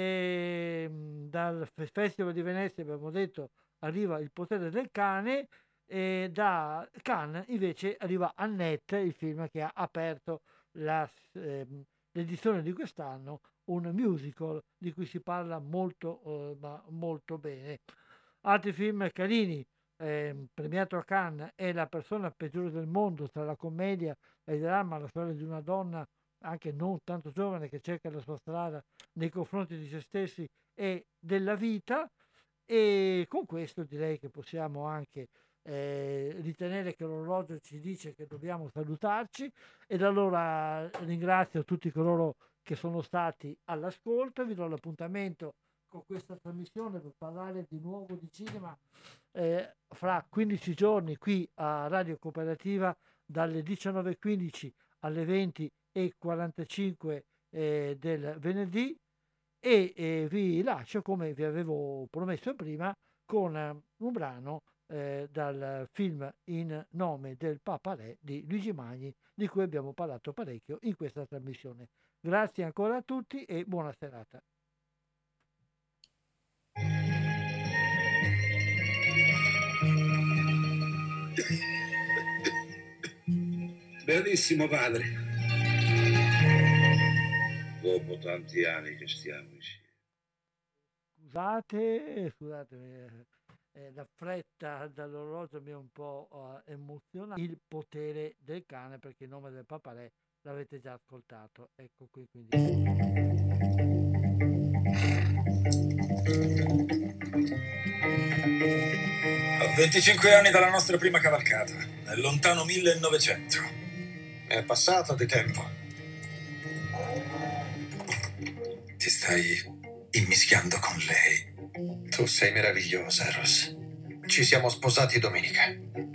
Dal Festival di Venezia, abbiamo detto, arriva Il potere del cane, e da Cannes invece arriva Annette, il film che ha aperto l'edizione di quest'anno, un musical di cui si parla molto, ma molto bene. Altri film carini, premiato a Cannes, è La persona peggiore del mondo, tra la commedia e il dramma, la storia di una donna anche non tanto giovane che cerca la sua strada nei confronti di se stessi e della vita. E con questo direi che possiamo anche ritenere che l'orologio ci dice che dobbiamo salutarci, ed allora ringrazio tutti coloro che sono stati all'ascolto. Vi do l'appuntamento con questa trasmissione per parlare di nuovo di cinema fra 15 giorni qui a Radio Cooperativa dalle 19:15 alle 20:45 del venerdì, e vi lascio, come vi avevo promesso prima, con un brano dal film In nome del Papa Re di Luigi Magni, di cui abbiamo parlato parecchio in questa trasmissione. Grazie ancora a tutti e buona serata. Beatissimo padre. Dopo tanti anni che stiamo insieme. Scusate, la fretta dall'orologio mi è un po' emozionata. Il potere del cane, perché il nome del papalè l'avete già ascoltato. Ecco qui, quindi. A 25 anni dalla nostra prima cavalcata, nel lontano 1900. È passato di tempo. Ti stai immischiando con lei. Tu sei meravigliosa, Ross. Ci siamo sposati domenica.